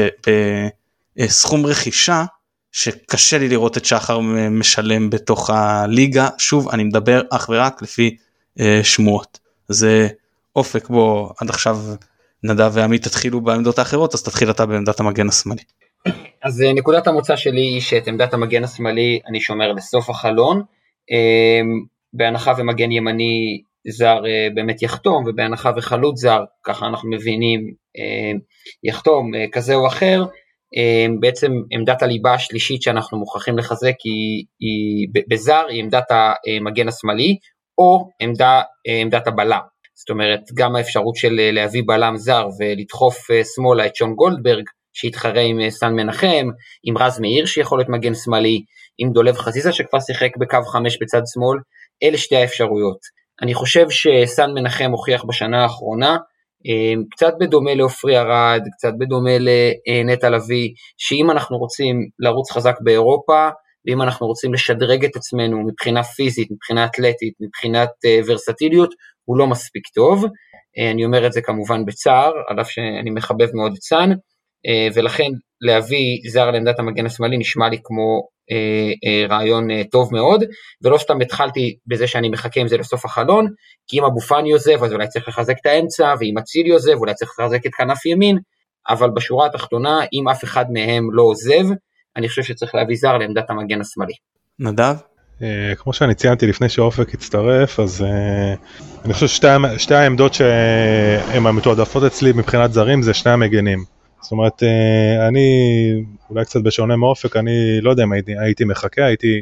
בסכום רכישה, שקשה לי לראות את שחר משלם בתוך הליגה, שוב אני מדבר אך ורק לפי שמועות, זה אופק בו עד עכשיו נדב ועמית תתחילו בעמדות האחרות, אז תתחיל אתה בעמדת המגן השמאלי. אז נקודת המוצא שלי היא שאת עמדת המגן השמאלי אני שומר לסוף החלון, בהנחה ומגן ימני זר באמת יחתום, ובהנחה וחלוץ זר, ככה אנחנו מבינים, יחתום כזה או אחר, בעצם עמדת הליבה השלישית שאנחנו מוכרחים לחזק היא בזר, היא עמדת המגן השמאלי, או עמדת הבלם. זאת אומרת, גם האפשרות של להביא בלם זר ולדחוף שמאלה את שון גולדברג, שהתחרה עם סן מנחם, עם רז מאיר שיכול להיות מגן שמאלי, עם דולב חזיזה שכבר שיחק בקו 5 בצד שמאל, אלה שתי האפשרויות. אני חושב שסן מנחם הוכיח בשנה האחרונה, קצת בדומה לאופרי ארד, קצת בדומה לנטע לביא, שאם אנחנו רוצים לרוץ חזק באירופה, ואם אנחנו רוצים לשדרג את עצמנו מבחינה פיזית, מבחינה אתלטית, מבחינת ורסטיליות, הוא לא מספיק טוב. אני אומר את זה כמובן בצער, על אף שאני מחבב מאוד את סן, ולכן להביא זר לעמדת המגן השמאלי נשמע לי כמו רעיון טוב מאוד, ולא סתם התחלתי בזה שאני מחכה עם זה לסוף החלון, כי אם אבו פאני עוזב אז אולי צריך לחזק את האמצע, ואם אצילי עוזב אולי צריך לחזק את כנף ימין, אבל בשורה התחתונה אם אף אחד מהם לא עוזב, אני חושב שצריך להביא זר לעמדת המגן השמאלי. נדב? כמו שאני ציינתי לפני שאופק הצטרף, אז אני חושב שתי העמדות שהן המתועדפות אצלי מבחינת זרים זה שני המגנים. זאת אומרת, אני אולי קצת בשונה מאופק, אני לא יודע אם הייתי מחכה, הייתי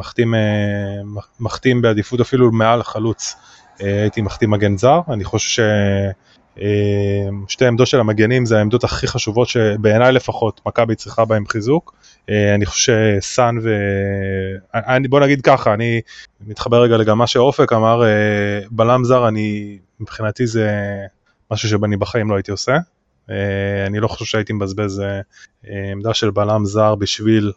מחתים בעדיפות אפילו מעל חלוץ, הייתי מחתים מגן זר. אני חושב ששתי העמדות של המגנים זה העמדות הכי חשובות שבעיניי לפחות מכבי צריכה בהם חיזוק. אני חושב שסן בוא נגיד ככה, אני מתחבר רגע לגמרי שאופק אמר, בלם זר מבחינתי זה משהו שבני בחיים לא הייתי עושה. אני לא חושב שהייתי מבזבז עמדה של בלם זר בשביל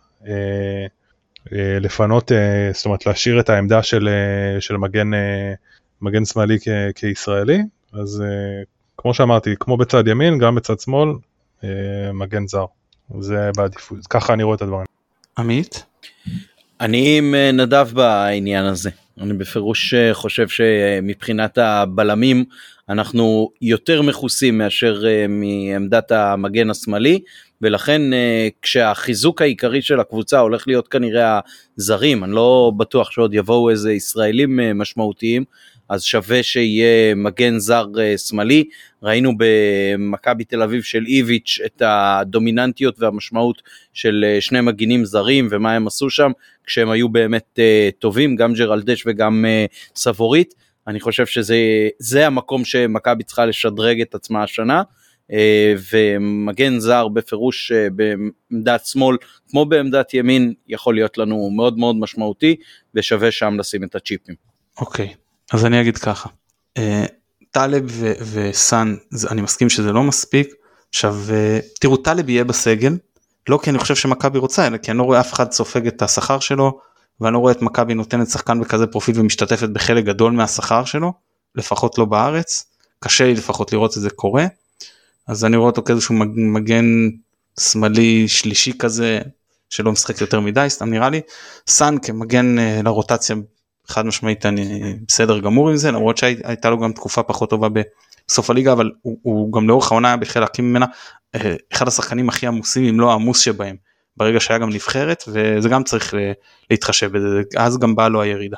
לפנות, זאת אומרת להשאיר את העמדה של מגן שמאלי כישראלי. אז כמו שאמרתי, כמו בצד ימין, גם בצד שמאל, מגן זר. זה בעדיפות, ככה אני רואה את הדברים. עמית? אני עם נדב בעניין הזה. אני בפירוש חושב שמבחינת הבלמים, אנחנו יותר מחוסים מאשר מעמדת המגן השמאלי, ולכן כשהחיזוק העיקרי של הקבוצה הולך להיות כנראה הזרים, אני לא בטוח שעוד יבואו איזה ישראלים משמעותיים, אז שווה שיהיה מגן זר שמאלי. ראינו במכבי תל אביב של איביץ' את הדומיננטיות והמשמעות של שני מגינים זרים, ומה הם עשו שם, כשהם היו באמת טובים, גם ג'רלדש וגם סבורית. אני חושב שזה המקום שמכבי צריכה לשדרג את עצמה השנה, ומגן זר בפירוש בעמדת שמאל, כמו בעמדת ימין, יכול להיות לנו מאוד מאוד משמעותי, ושווה שם לשים את הצ'יפים. אוקיי, אז אני אגיד ככה, טלב וסן, אני מסכים שזה לא מספיק. עכשיו תראו, טלב יהיה בסגל, לא כי אני חושב שמכבי רוצה, אלא כי אני לא רואה אף אחד סופג את השכר שלו, ואני לא רואה את מכבי נותנת שחקן בכזה פרופיל ומשתתפת בחלק גדול מהשכר שלו, לפחות לא בארץ, קשה לי לפחות לראות את זה קורה. אז אני רואה אותו כאיזשהו מגן שמאלי שלישי כזה, שלא משחק יותר מדי, סתם נראה לי. סן כמגן לרוטציה חד משמעית, אני בסדר גמור עם זה, למרות שהייתה לו גם תקופה פחות טובה בסוף הליגה, אבל הוא גם לאורך העונה היה בחלקים ממנה, אחד השחקנים הכי עמוסים, אם לא העמוס שבהם, ברגע שהיה גם נבחרת, וזה גם צריך להתחשב בזה, אז גם באה לו הירידה.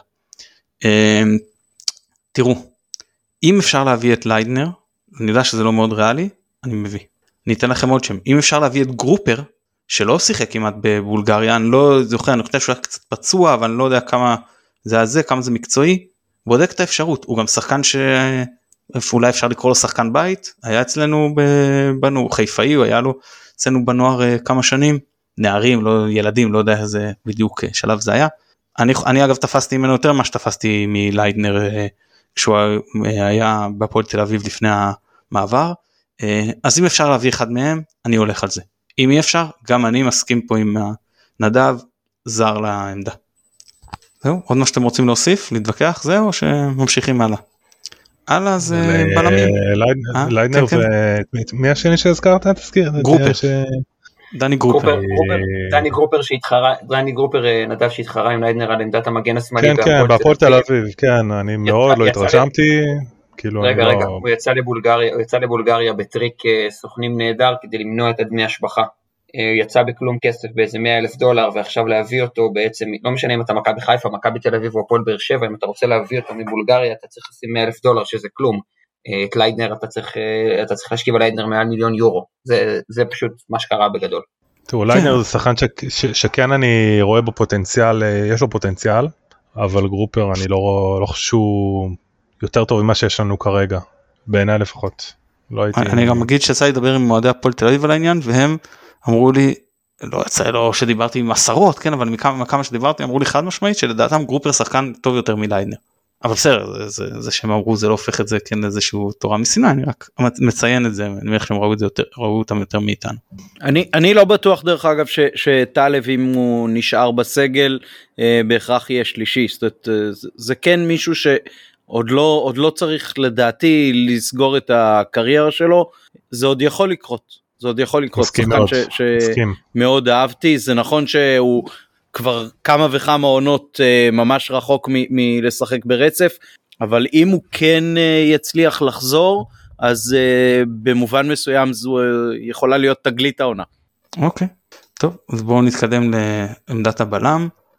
תראו, אם אפשר להביא את ליידנר, אני יודע שזה לא מאוד ריאלי, אני מביא. אני אתן לכם עוד שם, אם אפשר להביא את גרופר, שלא שיחק כמעט בבולגריה, אני לא זוכר, אני חושב שהוא היה קצת פצוע, אבל אני לא יודע כמה זה, כמה זה מקצועי, בודק את האפשרות, הוא גם שחקן שאולי אפשר לקרוא לו שחקן בית, היה אצלנו בנו, חיפאי, הוא היה לו אצלנו בנוער כמה שנים, נערים, לא ילדים, לא יודע איזה בדיוק שלב זה היה. אני אגב תפסתי ממנו יותר מה שתפסתי מליידנר, כשהוא היה בפועל תל אביב לפני המעבר. אז אם אפשר להביא אחד מהם, אני הולך על זה. אם אי אפשר, גם אני מסכים פה עם נדב, זר לעמדה. זהו, עוד מה שאתם רוצים להוסיף, להתווכח, זהו, או שממשיכים הלאה? הלאה זה בלמים. ליידנר ומי השני שהזכרת? תזכיר. גרופר. דני גרופר. דני גרופר נדב שהתחרה עם ליידנר על עמדת המגן השמאלי. כן, כן, בהפועל תל אביב, כן, אני מאוד לא התרשמתי. רגע, הוא יצא לבולגריה בטריק סוכנים נהדר כדי למנוע את דמי השבחה. יצא בכלום כסף באיזה $100,000, ועכשיו להביא אותו בעצם, לא משנה אם אתה מכבי חיפה, מכבי תל אביב או הפועל באר שבע, אם אתה רוצה להביא אותו מבולגריה, אתה צריך לשים $100,000, שזה כלום. את ליידנר אתה צריך להשקיע בליידנר מעל €1,000,000, זה פשוט מה שקרה בגדול. תראו, ליידנר זה שחקן שכן אני רואה בו פוטנציאל, יש לו פוטנציאל, אבל גרופר אני לא חושב שהוא יותר טוב ממה שיש לנו כרגע, בעיניי לפחות. אני גם אגיד שיצא לדבר עם מועדי הפועל תל אביב על העניין, והם אמרו לי, לא יצא לו שדיברתי עם עשרות, כן, אבל מכמה שדיברתי, אמרו לי חד משמעית, שלדעתם גרופר שחקן טוב יותר מליידנר. אבל בסדר, זה שהם אמרו, זה לא הופך את זה, כן, איזשהו תורה מסיני, אני רק מציין את זה, אני מניח שהם ראו אותם יותר מאיתנו. אני לא בטוח דרך אגב, שטלב אם הוא נשאר בסגל, בהכרח יהיה שלישי, זאת אומרת, זה כן מישהו שעוד לא צריך לדעתי לסגור את הקריירה שלו, זה עוד יכול לקרות. זה עוד יכול לקרות, שחקן שמאוד אהבתי, זה נכון שהוא כבר כמה וכמה עונות ממש רחוק מלשחק ברצף, אבל אם הוא כן יצליח לחזור, אז במובן מסוים זו יכולה להיות תגלית העונה. אוקיי, טוב, אז בואו נתקדם לעמדת הבלם.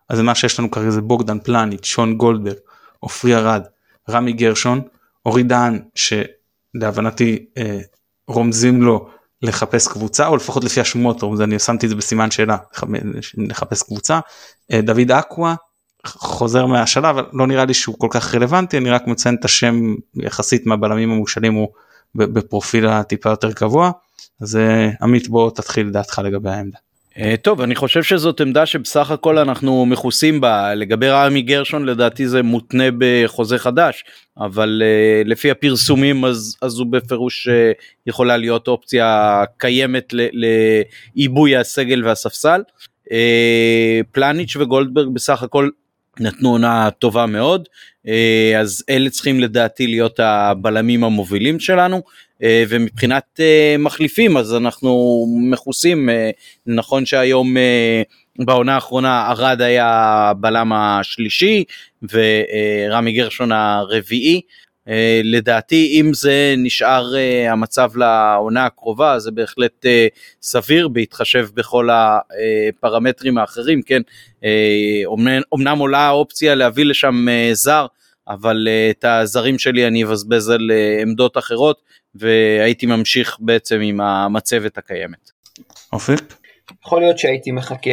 אז מה שיש לנו כרגע זה בוגדן פלניץ', שון גולדברג, עופרי ארד, רמי גרשון, אורי דהן, שלהבנתי רומזים לו לחפש קבוצה, או לפחות לפי השמות, אני שמתי את זה בסימן שאלה, לחפש קבוצה, דוד אקווה, חוזר מהשאלה, אבל לא נראה לי שהוא כל כך רלוונטי, אני רק מציין את השם יחסית מהבלמים המושאלים, הוא בפרופיל הטיפה יותר קבוע, אז עמית בוא תתחיל דעתך לגבי העמדה. טוב, אני חושב שזאת עמדה שבסך הכל אנחנו מכוסים בה. לגבי רמי גרשון לדעתי זה מותנה בחוזה חדש, אבל לפי הפרסומים אז הוא בפירוש יכולה להיות אופציה קיימת לעיבוי הסגל והספסל. פלניץ' וגולדברג בסך הכל נתנו עונה טובה מאוד, אז אלה צריכים לדעתי להיות הבלמים המובילים שלנו, ומבחינת מחליפים אז אנחנו מכוסים. נכון שהיום בעונה האחרונה ארד היה בלם השלישי ורמי גרשון הרביעי, לדעתי אם זה נשאר המצב לעונה הקרובה זה בהחלט סביר בהתחשב בכל הפרמטרים האחרים, כן, אומנם עולה האופציה להביא לשם זר, אבל את הזרים שלי אני אבזבז על עמדות אחרות, והייתי ממשיך בעצם עם המצבת הקיימת. אופק? יכול להיות שהייתי מחכה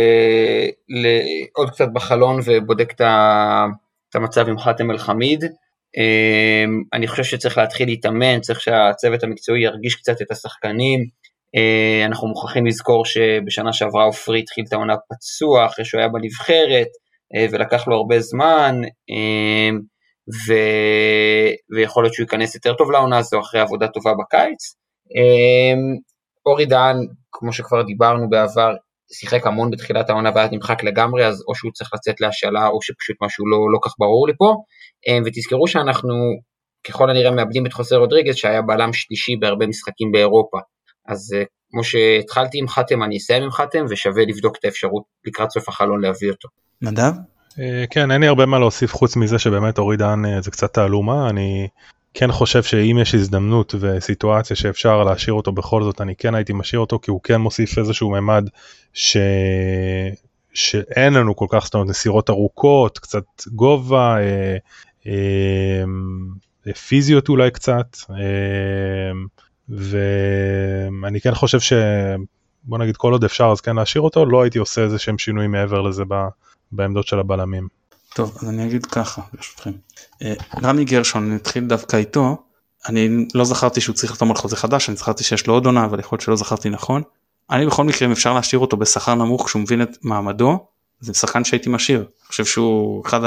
עוד קצת בחלון ובודק את המצב עם חאתם אל חמיד. אני חושב שצריך להתחיל להתאמן, צריך שהצוות המקצועי ירגיש קצת את השחקנים. אנחנו מוכרחים לזכור שבשנה שעברה עופרי התחיל את העונה פצוע אחרי שהוא היה בנבחרת, ולקח לו הרבה זמן, ויכול להיות שהוא ייכנס יותר טוב לעונה הזו אחרי עבודה טובה בקיץ. אורי דהן, כמו שכבר דיברנו בעבר, שיחק המון בתחילת העונה והיה נמחק לגמרי, אז או שהוא צריך לצאת להשאלה או שפשוט משהו לא כך ברור לי פה. ותזכרו שאנחנו ככל הנראה מאבדים את חוסה רודריגז שהיה בלם שלישי בהרבה משחקים באירופה, אז כמו שהתחלתי עם חאתם אני אסיים עם חאתם, ושווה לבדוק את האפשרות לקראת סוף החלון להביא אותו. נדב? כן, אין לי הרבה מה להוסיף חוץ מזה שבאמת אורי דהן זה קצת תעלומה. אני כן חושב שאם יש הזדמנות וסיטואציה שאפשר להשאיר אותו בכל זאת, אני כן הייתי משאיר אותו, כי הוא כן מוסיף איזשהו ממד שאין לנו כל כך, זאת אומרת, נסירות ארוכות, קצת גובה, פיזיות אולי קצת, ואני כן חושב בוא נגיד כל עוד אפשר אז כן להשאיר אותו, לא הייתי עושה איזה שהם שינויים מעבר לזה בעמדות של הבלמים. טוב, אז אני אגיד ככה, ברשותכם. רמי גרשון, נתחיל דווקא איתו, אני לא זכרתי שהוא צריך לחתום על חוזה חדש, אני זכרתי שיש לו עוד עונה, אבל יכול להיות שלא זכרתי נכון. אני בכל מקרה, אם אפשר להשאיר אותו בשכר נמוך, כשהוא מבין את מעמדו, זה שחקן שהייתי משאיר. אני חושב שהוא אחד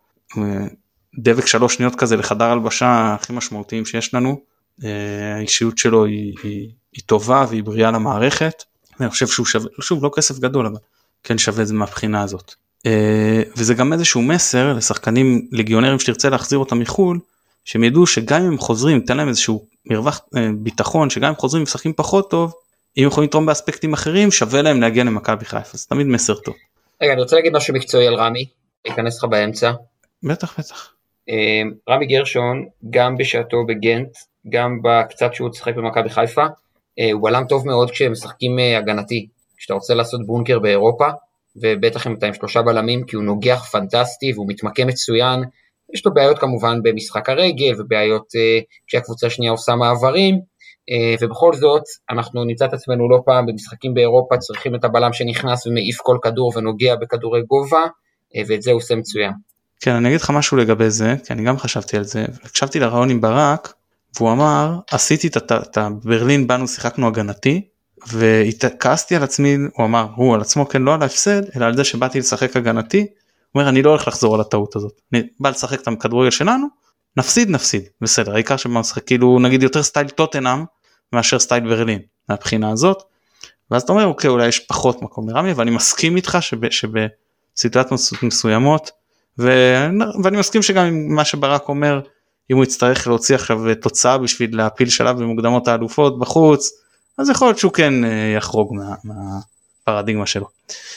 הדבק 3 שניות כזה לחדר הלבשה הכי משמעותיים שיש לנו. האישיות שלו היא טובה והיא בריאה למערכת. אני חושב שהוא שווה, שוב, לא כסף גדול, אבל כן שווה את זה מהבחינה הזאת. וזה גם איזשהו מסר לשחקנים לגיונרים שתרצה להחזיר אותם מחול, שהם ידעו שגם אם הם חוזרים, תן להם איזשהו מרווח ביטחון, שגם אם חוזרים ומשחקים פחות טוב, אם יכולים לתרום באספקטים אחרים, שווה להם להגיע למכבי חיפה, אז תמיד מסר טוב. רגע, אני רוצה להגיד משהו מקצועי על רמי, להיכנס לך באמצע. בטח. רמי גרשון, גם בשעתו בגנט, גם בקצת שהוא צחק במכבי חיפה, הוא בלם טוב מאוד כשהם משחקים הגנתי, כשאתה רוצה לעשות בונקר באירופה, ובטח עם 3 בלמים, כי הוא נוגח פנטסטי, והוא מתמקם מצוין. יש לו בעיות כמובן במשחק הרגל, ובעיות כשהקבוצה השנייה עושה מעברים, ובכל זאת, אנחנו נמצא את עצמנו לא פעם במשחקים באירופה, צריכים את הבלם שנכנס ומעיף כל כדור, ונוגע בכדורי גובה, ואת זה הוא עושה מצוין. כן, אני אגיד לך משהו לגבי זה, כי אני גם חשבתי על זה, הקשבתי לרעיון עם ברק, והוא אמר, עשיתי את ברלין, באנו, שיחקנו הגנתי, וכעסתי על עצמי, הוא אמר, הוא על עצמו, כן, לא על ההפסד, אלא על זה שבאתי לשחק הגנתי, הוא אומר, אני לא הולך לחזור על הטעות הזאת, אני בא לשחק את הכדורגל שלנו, נפסיד, בסדר, העיקר שבמשחק, כאילו, נגיד יותר סטייל טוטנהאם, מאשר סטייל ברלין, מהבחינה הזאת, ואז אתה אומר, אוקיי, אולי יש פחות מקום לרמי, ואני מסכים איתך שבסיטואציות מסוימות, ואני מסכים שגם עם מה שברק אומר, אם הוא יצטרך להוציא עכשיו תוצאה בשביל להפיל שלב במוקדמות האלופות בחוץ, אז יכול להיות שהוא כן יחרוג מהפרדיגמה שלו.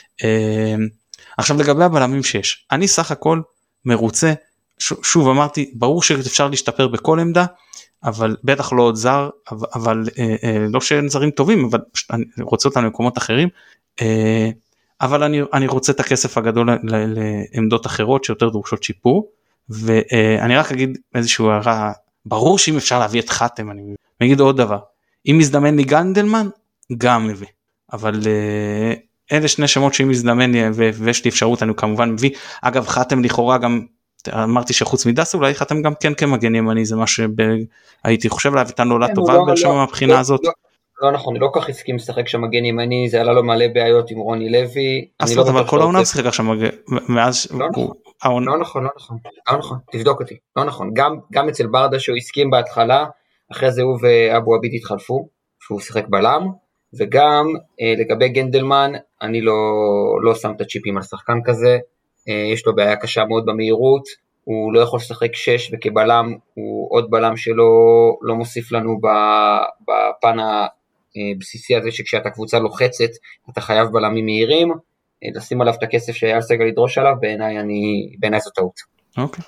עכשיו לגבי הבלמים שיש, אני סך הכל מרוצה, שוב אמרתי, ברור שאפשר להשתפר בכל עמדה, אבל בטח לא עוד זר, אבל לא שאין זרים טובים, אבל אני רוצה אותם למקומות אחרים. אבל אני רוצה את הכסף הגדול לעמדות אחרות שיותר דרושות שיפור, ואני רק אגיד איזשהו הערה, ברור שאם אפשר להביא את חתם, אני אגיד עוד דבר, אם מזדמן לי גנדלמן, גם מביא, אבל אלה שני שמות שאם מזדמן לי ויש לי אפשרות, אני כמובן מביא, אגב חתם לכאורה גם, אמרתי שחוץ מדסה, אולי חתם גם כן כמגן ימני, זה מה שהייתי חושב לה, ותן לו עולה טובה בשם מהבחינה הזאת. לא נכון, אני לא כך הסכים לשחק שם מגן ימני, זה עלה לו מלא בעיות עם רוני לוי. אבל כל העונה משחק עכשיו מאז... לא נכון, תבדוק אותי, לא נכון, גם אצל ברדה שהוא הסכים בהתחלה, אחרי זה הוא ואבו עביד התחלפו, שהוא שיחק בלם, וגם לגבי גנדלמן, אני לא שם את הצ'יפים על שחקן כזה, יש לו בעיה קשה מאוד במהירות, הוא לא יכול לשחק 6, וכבלם הוא עוד בלם שלו לא מוסיף לנו בפן הבסיסי הזה, שכשאתה קבוצה לוחצת, אתה חייב בלמים מהירים, לשים עליו את הכסף שהיה סגל לדרוש עליו, בעיניי זו טעות. אוקיי.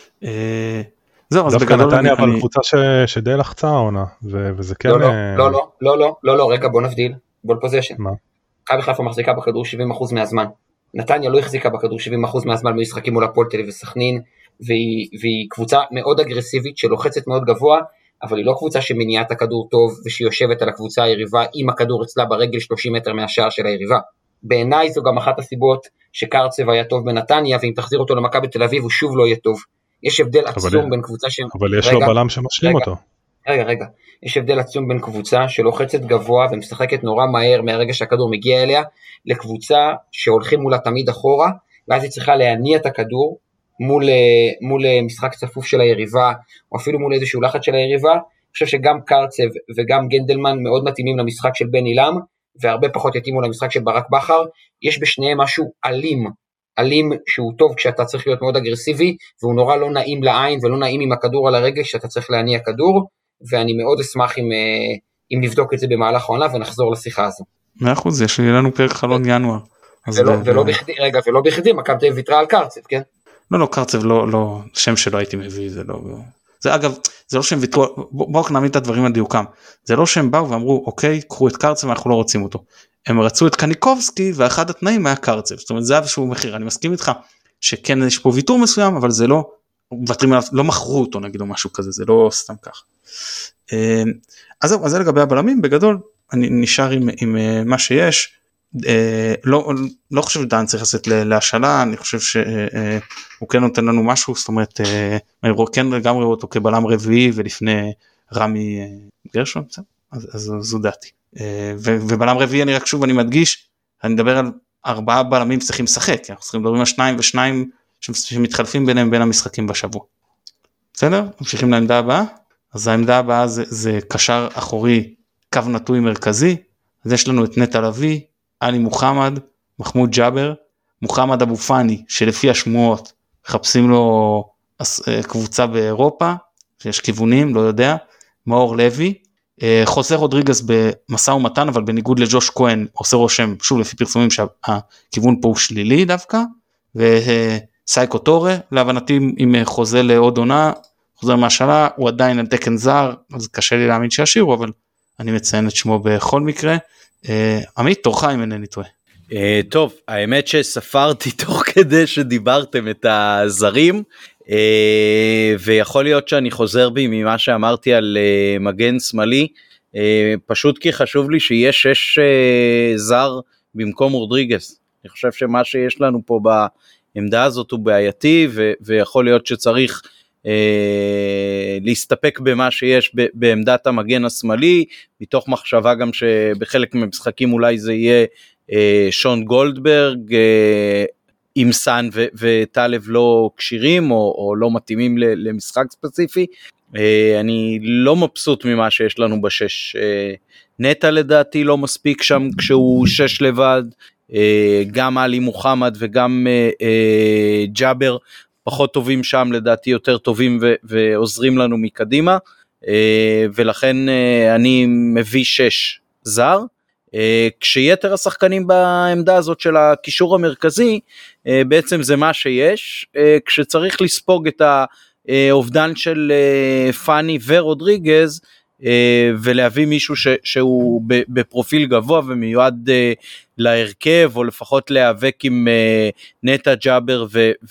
זהו, אז דווקא נתניה אבל קבוצה שדי לחצה העונה, וזה כן... לא, רגע, בוא נבדיל, בול פוזיישן. מה? מכבי חיפה מחזיקה בכדור 70% מהזמן. נתניה לא החזיקה בכדור 70% מהזמן במשחקים מול הפועל תל אביב וסכנין, והיא קבוצה מאוד אגרסיבית שלוחצת מאוד גבוה, אבל היא לא קבוצה שמניעה את הכדור טוב, ושהיא יושבת על הקבוצה היריבה עם הכדור אצלה ברגל 30 מטר מהשער של היריבה. בעיניי זו גם אחת הסיבות שקרצב היה טוב בנתניה, ואם תחזיר אותו למכבי תל אביב הוא שוב לא יהיה טוב. יש הבדל עצום בין קבוצה אבל יש לו בלם שמשלים אותו. רגע, יש הבדל עצום בין קבוצה שלוחצת גבוה ומשחקת נורא מהר מהרגע שהכדור מגיע אליה, לקבוצה שהולכים מולה תמיד אחורה, ואז היא צריכה להניע את הכדור מול משחק צפוף של היריבה, או אפילו מול איזשהו לחץ של היריבה. אני חושב שגם קרצב וגם גנדלמן מאוד מתאימים למשחק של בן אילם, והרבה פחות יתאימו למשחק של ברק בכר. יש בשניהם משהו אלים שהוא טוב כשאתה צריך להיות מאוד אגרסיבי, והוא נורא לא נעים לעין ולא נעים עם הכדור על הרגל כשאתה צריך להניע כדור, ואני מאוד אשמח אם נבדוק את זה במהלך העונה ונחזור לשיחה הזו. 100%, יש לנו פרק חלון ינואר. ולא בכדי, מכבי תל אביב ויתרה על קרצב, כן? לא, קרצב לא, שם שלא הייתי מביא, זה לא... זה אגב, זה לא שהם ויתרו, בואו נעמיד את הדברים על דיוקם, זה לא שהם באו ואמרו, אוקיי, קחו את קרצב, אנחנו לא רוצים אותו. הם רצו את קניקובסקי, ואחד התנאים היה קרצב, זאת אומרת, זה היה איזשהו מחיר, אני מסכים איתך, שכן יש פה ויתור מסוים, אבל זה לא, לא מכרו אותו, נגיד לו משהו כזה, זה לא סתם כך. אז זהו, אז זה לגבי הבלמים, בגדול, אני נשאר עם מה שיש, לא חושב שדן צריך לצאת להשאלה, אני חושב שהוא כן נותן לנו משהו, זאת אומרת, אני כן לגמרי רואה אותו כבלם רביעי, ולפני רמי גרשון, אז זו דעתי. ובלם רביעי אני רק שוב, אני מדגיש, אני מדבר על 4 בלמים צריכים לשחק, אנחנו צריכים לדברים על 2 ו2 שמתחלפים ביניהם בין המשחקים בשבוע. בסדר? ממשיכים לעמדה הבאה. אז העמדה הבאה זה קשר אחורי, קו נטוי מרכזי, אז יש לנו את נטע לביא, עלי מוחמד, מחמוד ג'אבר, מוחמד אבו פאני, שלפי השמועות מחפשים לו קבוצה באירופה, שיש כיוונים, לא יודע, מאור לוי, חוסה רודריגז במשא ומתן, אבל בניגוד לג'וש כהן, עושה רושם, שוב לפי פרסומים שהכיוון פה הוא שלילי דווקא, וסייקו טורה, להבנתי עם חוזה לעוד עונה, חוזר מהשאלה, הוא עדיין על תקן זר, אז קשה לי להאמין שישירו, אבל אני מציין את שמו בכל מקרה. עמית, תורך אם אינני טועה. טוב, האמת שספרתי תוך כדי שדיברתם את הזרים, ויכול להיות שאני חוזר בי ממה שאמרתי על מגן שמאלי, פשוט כי חשוב לי שיש 6 זר במקום רודריגז. אני חושב שמה שיש לנו פה בעמדה הזאת הוא בעייתי, ויכול להיות שצריך להסתפק במה שיש בעמדת המגן השמאלי, מתוך מחשבה גם שבחלק מהמשחקים אולי זה יהיה שון גולדברג, אם סן וטלב לא קשירים או לא מתאימים למשחק ספציפי. אני לא מבסוט ממה שיש לנו בשש. נטע לדעתי לא מספיק שם כשהוא 6 לבד, גם עלי מוחמד וגם ג'אבר פחות טובים שם, לדעתי יותר טובים ועוזרים לנו מקדימה, ולכן אני מביא 6 זר, כשיתר השחקנים בעמדה הזאת של הקישור המרכזי, בעצם זה מה שיש, כשצריך לספוג את האובדן של פאני ורודריגז, ולהביא מישהו שהוא בפרופיל גבוה ומיועד להרכב, או לפחות להיאבק עם נטע ג'אבר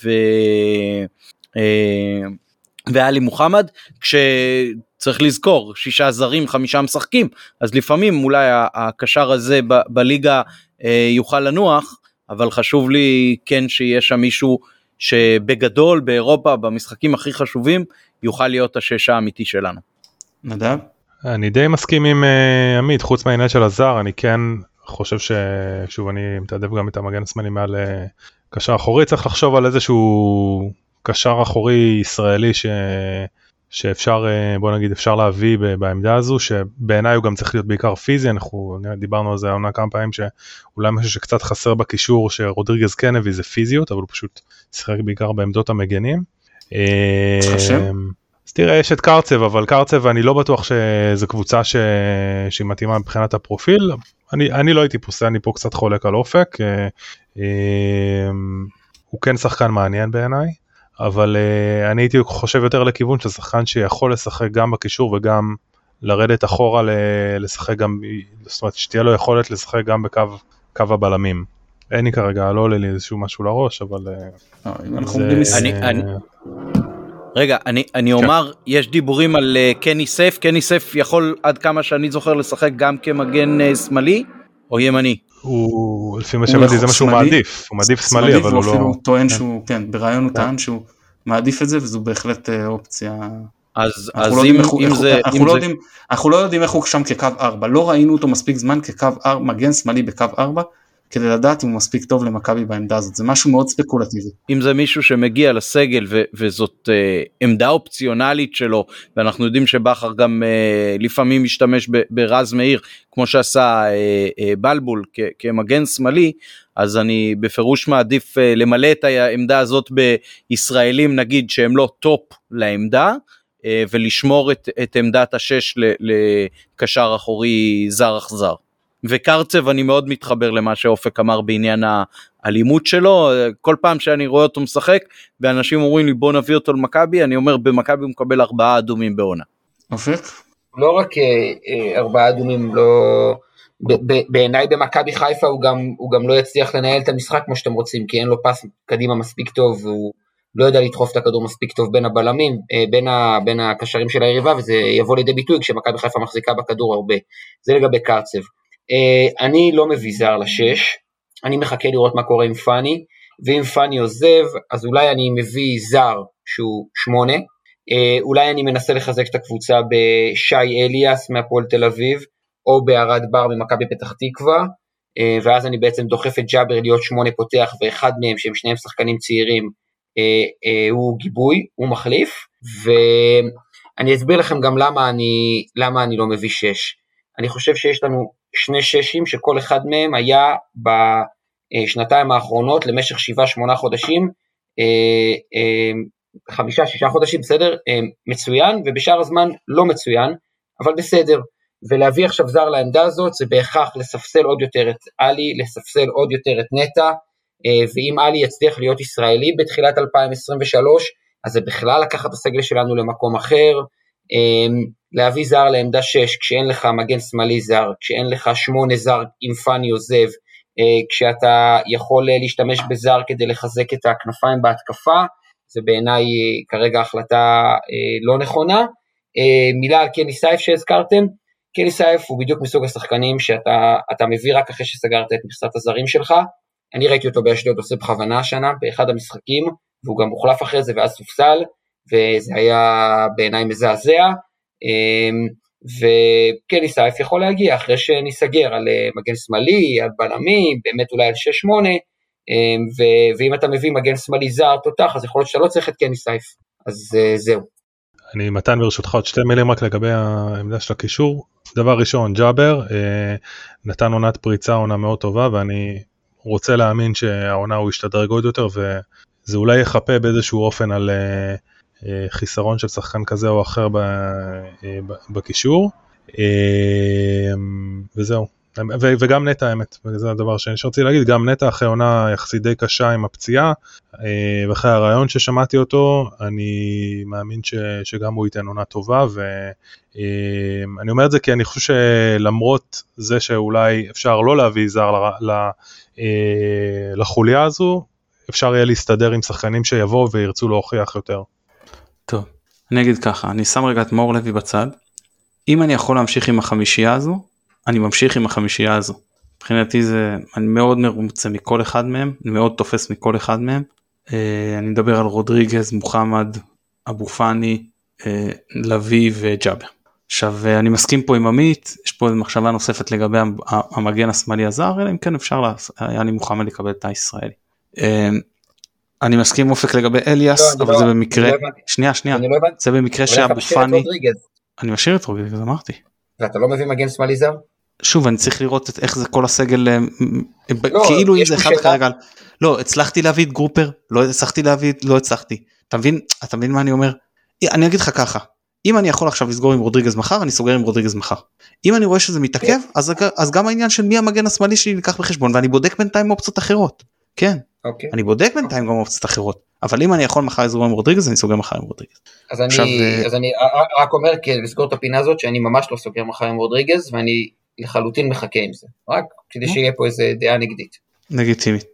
ואלי מוחמד, כשצריך לזכור, 6 זרים, 5 משחקים, אז לפעמים אולי הקשר הזה בליגה יוכל לנוח, אבל חשוב לי כן שיש שם מישהו שבגדול באירופה, במשחקים הכי חשובים, יוכל להיות השש האמיתי שלנו. נדב? אני די מסכים עם עמית, חוץ מהעניין של הזר, אני כן חושב ששוב אני מתעדף גם את המגן השמאלי מעל קשר אחורי, צריך לחשוב על איזשהו קשר אחורי ישראלי שאפשר, בוא נגיד, אפשר להביא בעמדה הזו, שבעיניי הוא גם צריך להיות בעיקר פיזי, אנחנו דיברנו על זה עונה כמה פעמים, שאולי משהו שקצת חסר בקישור, שרודריגז כן הביא זה פיזיות, אבל הוא פשוט שיחק בעיקר בעמדות המגנים. אז תראה, יש את קרצב, אבל קרצב אני לא בטוח שזו קבוצה שהיא מתאימה מבחינת הפרופיל, אני לא הייתי פוסע, אני פה קצת חולק על אופק, הוא כן שחקן מעניין בעיניי, אבל אני הייתי חושב יותר לכיוון של שחקן שיכול לשחק גם בקישור וגם לרדת אחורה לשחק גם, זאת אומרת שתהיה לו יכולת לשחק גם בקו הבלמים. אין לי כרגע, לא עולה לי איזשהו משהו לראש, אבל רגע, אני אומר, יש דיבורים על קני סייף, קני סייף יכול עד כמה שאני זוכר לשחק גם כמגן שמאלי או ימני? הוא לפי מה שמעתי זה מה שהוא מעדיף, הוא מעדיף שמאלי, אבל הוא לא... אפילו טוען שהוא, כן, ברעיון הוא טען שהוא מעדיף את זה, וזו בהחלט אופציה. אנחנו לא יודעים איך הוא שם כקו 4, לא ראינו אותו מספיק זמן כקו 4, מגן שמאלי בקו 4, כדי לדעת אם הוא מספיק טוב למכבי בעמדה הזאת, זה משהו מאוד ספקולטיבי. אם זה מישהו שמגיע לסגל וזאת עמדה אופציונלית שלו, ואנחנו יודעים שבחר גם לפעמים משתמש ברז מאיר, כמו שעשה בלבול כמגן שמאלי, אז אני בפירוש מעדיף למלא את העמדה הזאת בישראלים נגיד שהם לא טופ לעמדה, ולשמור את עמדת השש לקשר אחורי זר אכזר. וקרצב אני מאוד מתחבר למה שאופק אמר בעניין האלימות שלו, כל פעם שאני רואה אותו משחק, ואנשים אומרים לי בוא נביא אותו למכבי, אני אומר במכבי הוא מקבל 4 אדומים בעונה. אופק? לא רק 4 אדומים, לא... בעיניי במכבי חיפה הוא גם לא יצליח לנהל את המשחק כמו שאתם רוצים, כי אין לו פס קדימה מספיק טוב, והוא לא יודע לדחוף את הכדור מספיק טוב בין הבלמים, בין הקשרים של היריבה, וזה יבוא לידי ביטוי כשמכבי חיפה מחזיקה בכדור הרבה. זה לגבי קרצב. אני לא מביא זר לשש, אני מחכה לראות מה קורה עם פני, ואם פני עוזב, אז אולי אני מביא זר שהוא 8, אולי אני מנסה לחזק את הקבוצה בשי אליאס מהפועל תל אביב, או בערד בר ממכבי פתח תקווה, ואז אני בעצם דוחף את ג'אבר להיות 8 פותח, ואחד מהם שהם שניהם שחקנים צעירים, הוא גיבוי, הוא מחליף, ואני אסביר לכם גם למה אני לא מביא 6. אני חושב שיש לנו 2 ששים שכל אחד מהם היה בשנתיים האחרונות למשך 7-8 חודשים, 5-6 חודשים, בסדר, מצוין, ובשאר הזמן לא מצוין, אבל בסדר, ולהביא עכשיו זר לעמדה הזאת, זה בהכרח לספסל עוד יותר את אלי, לספסל עוד יותר את נטע, ואם אלי יצליח להיות ישראלי בתחילת 2023, אז זה בכלל לקחת את הסגל שלנו למקום אחר, להביא זר לעמדה 6, כשאין לך מגן שמאלי זר, כשאין לך 8 זר עם פני עוזב, כשאתה יכול להשתמש בזר כדי לחזק את הכנפיים בהתקפה, זה בעיניי כרגע החלטה לא נכונה. מילה על קני סייף שהזכרתם, קני סייף הוא בדיוק מסוג השחקנים שאתה מביא רק אחרי שסגרת את מכסת הזרים שלך, אני ראיתי אותו באשדוד עושה בכוונה השנה, באחד המשחקים, והוא גם מוחלף אחרי זה ואז סופסל, וזה היה בעיניי מזעזע, וקני סייף יכול להגיע אחרי שנסגר על מגן שמאלי, על בלמים, באמת אולי על 6-8, ואם אתה מביא מגן שמאלי זר תותח, אז יכול להיות שאתה לא צריך את קני סייף, אז זהו. אני מתן ברשותך עוד 2 מילים רק לגבי העמדה של הקישור. דבר ראשון, ג'אבר נתן עונת פריצה, עונה מאוד טובה, ואני רוצה להאמין שהעונה הוא ישתדרג עוד יותר, וזה אולי יחפה באיזשהו אופן על חיסרון של שחקן כזה או אחר בקישור, וזהו. וגם נטע האמת, וזה הדבר שרציתי להגיד, גם נטע אחרי עונה יחסית די קשה עם הפציעה, ואחרי הרעיון ששמעתי אותו, אני מאמין שגם הוא ייתן עונה טובה, ואני אומר את זה כי אני חושב שלמרות זה שאולי אפשר לא להביא זר לחוליה הזו, אפשר יהיה להסתדר עם שחקנים שיבואו וירצו להוכיח יותר. טוב, אני אגיד ככה, אני שם רגע את מאור לוי בצד, אם אני יכול להמשיך עם החמישייה הזו, אני ממשיך עם החמישייה הזו. מבחינתי זה, אני מאוד מרוצה מכל אחד מהם, אני מאוד תופס מכל אחד מהם. אני מדבר על רודריגז, מוחמד, אבו פאני, לוי וג'אבר. עכשיו, אני מסכים פה עם עמית, יש פה מחשבה נוספת לגבי המגן השמאלי הזר, אלא אם כן אפשר היה לי מוחמד לקבל את הישראלי. אני מסכים אופק לגבי אליאס, אבל זה במקרה, שנייה, זה במקרה שאבו פאני, אני משאיר את רודריגז, אמרתי. ואתה לא מביא מגן שמאלי זר? שוב, אני צריך לראות איך זה כל הסגל, כאילו אם זה אחד כרגע, לא, הצלחתי להביא את גרופר, לא הצלחתי, אתה מבין מה אני אומר? אני אגיד לך ככה, אם אני יכול עכשיו לסגור עם רודריגז מחר, אני סוגר עם רודריגז מחר. אם אני רואה שזה מתעכב, אז גם העניין של מי המגן השמאלי שלי ניקח בחשבון, ואני בודק בינתיים אופציות אחרות, כן, אני בודק בינתיים גם אופציות אחרות, אבל אם אני יכול מחר לסגור עם רודריגז, אני סוגר מחר עם רודריגז. אז אני רק אומר, לסגור את הפינה הזאת, שאני ממש לא סוגר מחר עם רודריגז, ואני לחלוטין מחכה עם זה, רק כדי שיהיה פה איזה דעה נגדית. נגיטימית.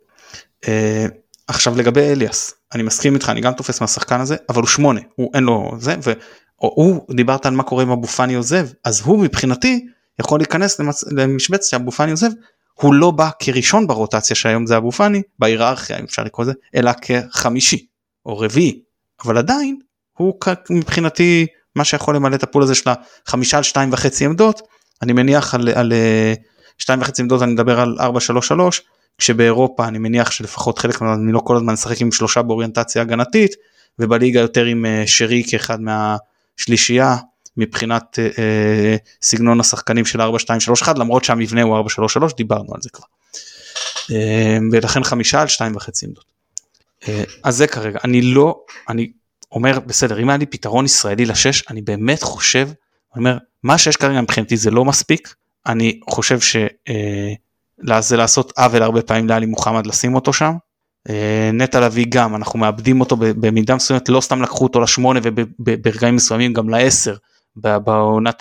עכשיו לגבי אליאס, אני מסכים איתך, אני גם תופס מהשחקן הזה, אבל הוא 8, הוא אין לו זה, והוא, דיברת על מה קורה עם אבו פאני עוזב, אז הוא מבחינתי יכול להיכנס למשבץ שאבו פאני עוזב, הוא לא בא כראשון ברוטציה שהיום זה אבו פאני, בהיררכיה אם אפשר לקרוא זה, אלא כחמישי או רביעי, אבל עדיין הוא מבחינתי מה שיכול למלא את הפול הזה של 5 על 2.5 עמדות, אני מניח על 2.5 עמדות אני מדבר על 4-3-3, כשבאירופה אני מניח שלפחות חלק אני לא כל הזמן נשחק עם 3 באוריינטציה הגנתית, ובליגה יותר עם שרי כאחד מהשלישייה, מבחינת סגנון השחקנים של 4-2-3-1, למרות שהמבנה הוא 4-3-3, דיברנו על זה כבר. ולכן 5 על 2.5 עמדות. אז זה כרגע, אני אומר, בסדר, אם היה לי פתרון ישראלי ל6, אני באמת חושב, אני אומר, מה שיש כרגע מבחינתי זה לא מספיק, אני חושב שזה לעשות עוול הרבה פעמים לעלי מוחמד לשים אותו שם, נטע לוי גם, אנחנו מאבדים אותו במידה מסוימת, לא סתם לקחו אותו ל8 וברגעים מסוימים גם ל10, בעונה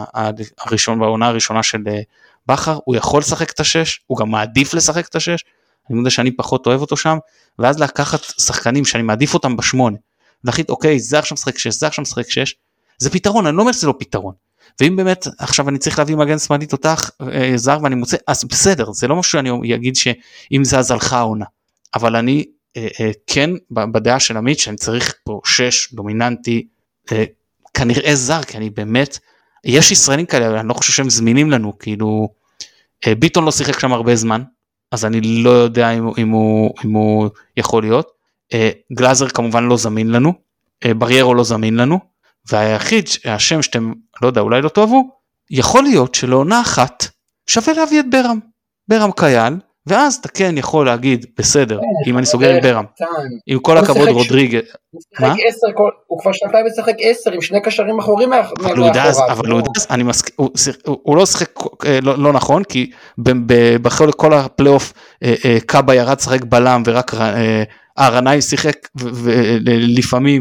הראשונה של בחר, הוא יכול לשחק את ה6, הוא גם מעדיף לשחק את ה6, אני יודע שאני פחות אוהב אותו שם, ואז לקחת שחקנים שאני מעדיף אותם ב8, ולהחליט אוקיי, זה עכשיו משחק 6, זה עכשיו משחק 6, זה פתרון, אני לא אומר שזה לא פתרון, ואם באמת עכשיו אני צריך להביא מגן שמאלי תותח זר ואני מוצא, אז בסדר, זה לא משהו שאני אגיד שאם זה אז הלכה העונה, אבל אני כן בדעה של עמית שאני צריך פה 6 דומיננטי, כנראה זר, כי אני באמת, יש ישראלים כאלה, אני לא חושב שהם זמינים לנו, כאילו, ביטון לא שיחק שם הרבה זמן, אז אני לא יודע אם הוא יכול להיות, גלאזר כמובן לא זמין לנו, בריירו לא זמין לנו, והיחיד, השם שאתם, לא יודע, אולי לא תאהבו, יכול להיות שלעונה אחת, שווה להביא את ברם קייל, ואז אתה כן יכול להגיד, בסדר, אם אני סוגר עם ברם, עם כל הכבוד רודריגז, הוא כבר שנתיים משחק 10, עם 2 קשרים אחורים מאחוריו. אבל הוא לא שחק לא נכון, כי בכל הפלייאוף, קאבה ירד שחק בלם, ורק רנאי שיחק לפעמים,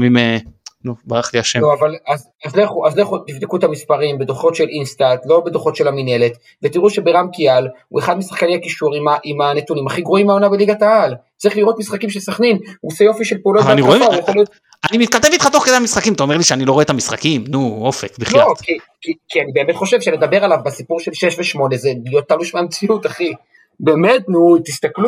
ברח לי השם. לא, אבל אז לכו תבדקו את המספרים בדוחות של אינסטאט, לא בדוחות של המנהלת, ותראו שברם קיאל הוא אחד משחקני הקישור עם הנתונים הכי גרועים מהעונה בליגת העל. צריך לראות משחקים של סכנין, הוא עושה יופי של פעולות בהתקפה. אני מתכתב איתך תוך כדי המשחקים, אתה אומר לי שאני לא רואה את המשחקים, נו אופק, בחייאת. לא, כי אני באמת חושב שלדבר עליו בסיפור של 6 ו8 זה להיות תלוש מהמציאות, אחי. באמת, נו,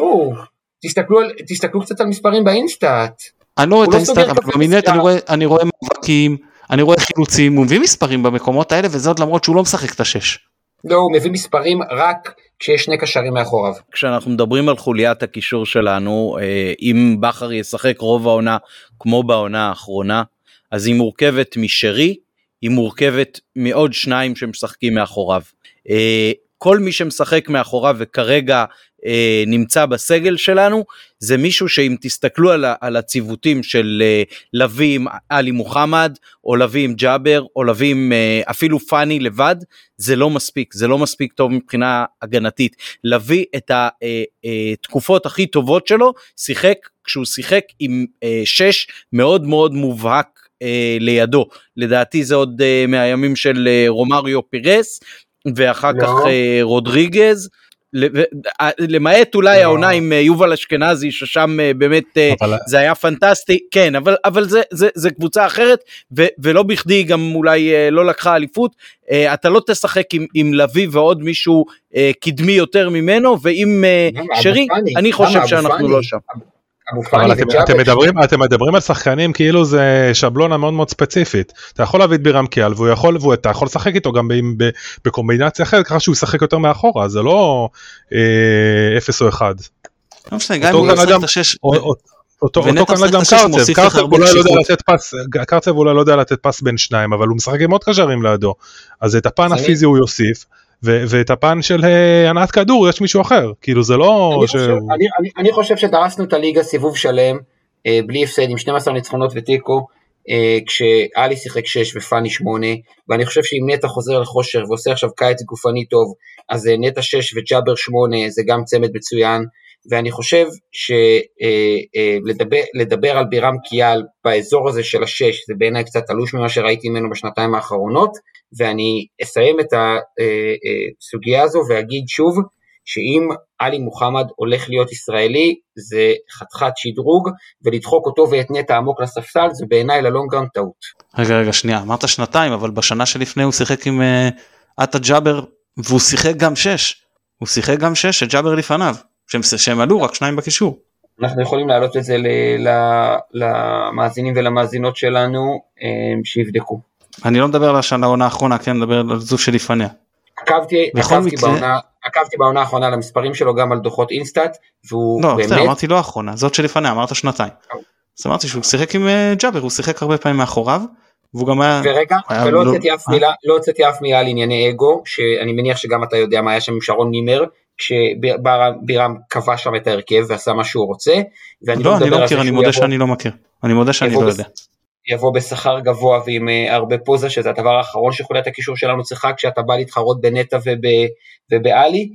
תסתכלו קצת על מספרים באינסטאט. אני לא רואה את האינסטאט, אבל במינט אני רואה מאבקים, אני רואה חילוצים, הוא מביא מספרים במקומות האלה, וזה עוד למרות שהוא לא משחק את ה6. לא, הוא מביא מספרים רק כשיש 2 קשרים מאחוריו. כשאנחנו מדברים על חוליית הקישור שלנו, אם בחר ישחק רוב העונה כמו בעונה האחרונה, אז היא מורכבת משרי, היא מורכבת מעוד 2 שמשחקים מאחוריו. כל מי שמשחק מאחוריו וכרגע נמצא בסגל שלנו, זה מישהו שאם תסתכלו על הציוותים של לוי עם עלי מוחמד, או לוי עם ג'אבר, או לוי עם אפילו פאני לבד, זה לא מספיק, זה לא מספיק טוב מבחינה הגנתית. לוי את התקופות הכי טובות שלו, כשהוא שיחק עם 6 מאוד מאוד מובהק לידו, לדעתי זה עוד מהימים של רומאריו פירס, ואחר כך רודריגז, למעט אולי העונה עם יובל אשכנזי, ששם באמת זה היה פנטסטי, כן, אבל זה קבוצה אחרת, ולא בכדי גם אולי לא לקחה אליפות, אתה לא תשחק עם לוי ועוד מישהו קדמי יותר ממנו, ועם שרי, אני חושב שאנחנו לא שם. אבל אתם מדברים על שחקנים כאילו זה שבלונה מאוד מאוד ספציפית, אתה יכול להביא את בירם קיאל ואתה יכול לשחק איתו גם בקומבינציה אחרת, ככה שהוא ישחק יותר מאחורה, זה לא 0 או 1. אותו כנראה גם קרצב אולי לא יודע לתת פס בין שניים, אבל הוא משחק עם עוד קשרים לידו, אז את הפן הפיזי הוא יוסיף, ואת הפן של הנעת כדור יש מישהו אחר, כאילו זה לא... אני חושב שדרסנו את הליגה סיבוב שלם, בלי הפסד עם 12 ניצחונות ותיקו, כשאלי שיחק 6 ופני 8, ואני חושב שאם נטע חוזר לחושר ועושה עכשיו קיץ גופני טוב, אז נטע 6 וג'אבר 8 זה גם צמד מצוין, ואני חושב שלדבר על בירם קיאל באזור הזה של 6, זה בעיניי קצת תלוש ממה שראיתי ממנו בשנתיים האחרונות, ואני אסיים את הסוגיה הזו ואגיד שוב, שאם עלי מוחמד הולך להיות ישראלי, זה חתיכת שדרוג, ולדחוק אותו ואת נטע עמוק לספסל, זה בעיניי ללונגרם טעות. רגע, שנייה, אמרת שנתיים, אבל בשנה שלפני הוא שיחק עם עטה ג'אבר, והוא שיחק גם 6, הוא שיחק גם 6, שג'אבר לפניו, שהם עלו רק 2 בקישור. אנחנו יכולים להעלות את זה למאזינים ולמאזינות שלנו, שיבדקו. אני לא מדבר על השנה העונה האחרונה, כן, מדבר על זו שלפניה. עקבתי בעונה האחרונה למספרים שלו גם על דוחות אינסטאט, והוא לא, באמת... לא, אמרתי לא האחרונה, זאת שלפניה, אמרת 2. אז אמרתי שהוא שיחק עם ג'אבר, הוא שיחק הרבה פעמים מאחוריו, והוא גם היה... ורגע, ולא הוצאתי אף מילה על ענייני אגו, שאני מניח שגם אתה יודע מה היה שם עם שרון נימר, כשבירם קבע שם את ההרכב ועשה מה שהוא רוצה, לא, אני לא מכיר, אני מודה שאני לא מכיר, אני מודה שאני לא יודע. יבוא בשכר גבוה ועם הרבה פוזה, שזה הדבר האחרון שחולת הקישור שלנו צריכה, כשאתה בא להתחרות בנטע ובאלי,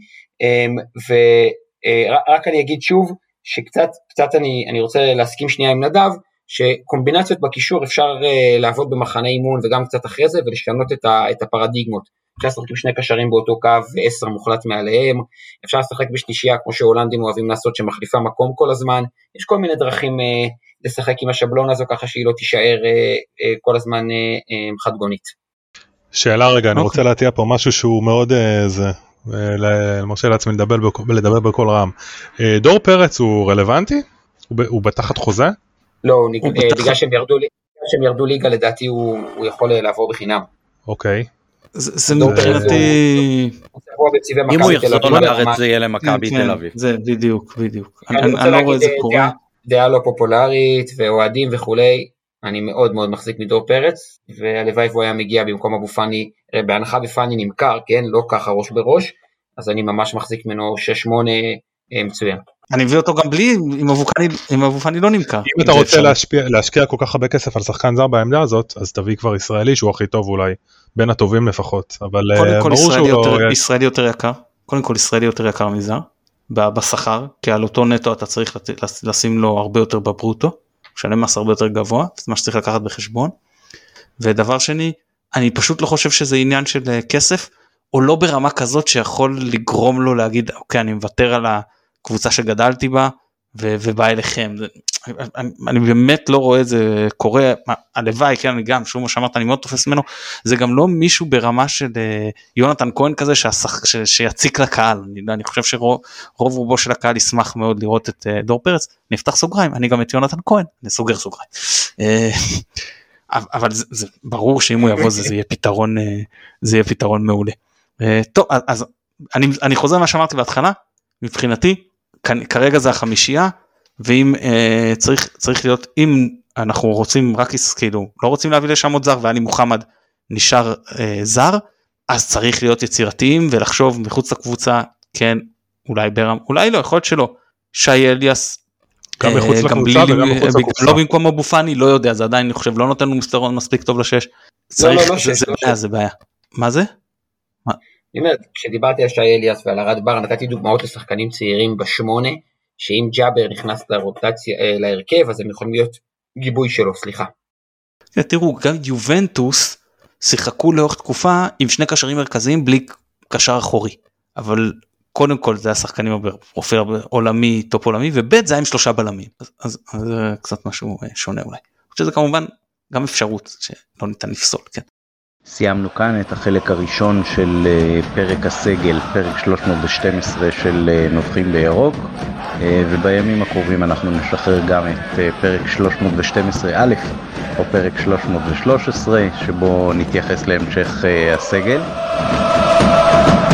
ורק אני אגיד שוב, שקצת אני רוצה להסכים שנייה עם נדב, שקומבינציות בקישור אפשר לעבוד במחנה אימון, וגם קצת אחרי זה, ולשנות את הפרדיגמות. אפשר לשחק עם 2 קשרים באותו קו, ו10 מוחלט מעליהם, אפשר לשחק בשלישייה, כמו שהולנדים אוהבים לעשות, שמחליפה מקום כל הזמן, יש כל מיני דרכים לשחק עם השבלון הזו, ככה שהיא לא תישאר כל הזמן חדגונית. שאלה רגע, אני רוצה להטיע פה משהו שהוא מאוד למשה לעצמי לדבר בכל רם. דור פרץ הוא רלוונטי? הוא בתחת חוזה? לא, בגלל שהם ירדו ליגה, לדעתי הוא יכול לעבור בחינם. אוקיי. זה מבחינתי... אם הוא יחזור לארץ זה יהיה למכבי תל אביב. זה בדיוק. אני רוצה להגיד דעה לא פופולרית ואוהדים וכולי, אני מאוד מאוד מחזיק מדור פרץ, והלוואי והוא היה מגיע במקום אבו פני, בהנחה בפני נמכר, כן, לא ככה ראש בראש, אז אני ממש מחזיק ממנו 6-8 מצוין. אני מביא אותו גם בלי, אם אבו פני לא נמכר. אם אתה רוצה להשקיע כל כך הרבה כסף על שחקן זר בעמדה הזאת, אז תביא כבר ישראלי שהוא הכי טוב אולי, בין הטובים לפחות, אבל ברור שהוא לא... ישראלי יותר יקר, קודם כל ישראלי יותר יקר מזר, בשכר, כי על אותו נטו אתה צריך לשים לו הרבה יותר בברוטו, משלם מס הרבה יותר גבוה, זה מה שצריך לקחת בחשבון, ודבר שני, אני פשוט לא חושב שזה עניין של כסף, או לא ברמה כזאת שיכול לגרום לו להגיד, אוקיי, אני מוותר על הקבוצה שגדלתי בה, ובא אליכם, אני באמת לא רואה את זה קורה, הלוואי, כן, אני גם, שוב מה שאמרת, אני מאוד תופס ממנו, זה גם לא מישהו ברמה של יונתן כהן כזה, שיציק לקהל, אני חושב שרוב רובו של הקהל ישמח מאוד לראות את דור פרץ, נפתח סוגריים, אני גם את יונתן כהן, נסוגר סוגריים, אבל זה ברור שאם הוא יבוא זה יהיה פתרון מעולה. טוב, אז אני חוזר מה שאמרתי בהתחלה, מבחינתי, כרגע זה החמישייה, ואם צריך להיות, אם אנחנו רוצים רק, כאילו, לא רוצים להביא לשם עוד זר, ואני מוחמד נשאר זר, אז צריך להיות יצירתיים ולחשוב מחוץ לקבוצה, כן, אולי ברם, אולי לא, יכול להיות שלא, שי אליאס, גם מחוץ לקבוצה וגם מחוץ לקבוצה. לא במקום אבו פאני, לא יודע, זה עדיין, אני חושב, לא נותן לו מסתרון מספיק טוב לשש, זה בעיה. מה זה? אני אומר, כשדיברתי על שי אליאס ועל ארד בר, נתתי דוגמאות לשחקנים צעירים בשמונה, שאם ג'אבר נכנס לרוטציה, להרכב, אז הם יכולים להיות גיבוי שלו, סליחה. תראו, גם יובנטוס שיחקו לאורך תקופה עם שני קשרים מרכזיים בלי קשר אחורי, אבל קודם כל זה השחקנים בפרופיל עולמי, טופ עולמי, וב' זה היה עם 3 בלמים, אז זה קצת משהו שונה אולי. שזה כמובן גם אפשרות שלא ניתן לפסול, כן. סיימנו כאן את החלק הראשון של פרק הסגל, פרק 312 של נובחים בירוק, ובימים הקרובים אנחנו נשחרר גם את פרק 312א' או פרק 313 שבו נתייחס להמשך הסגל.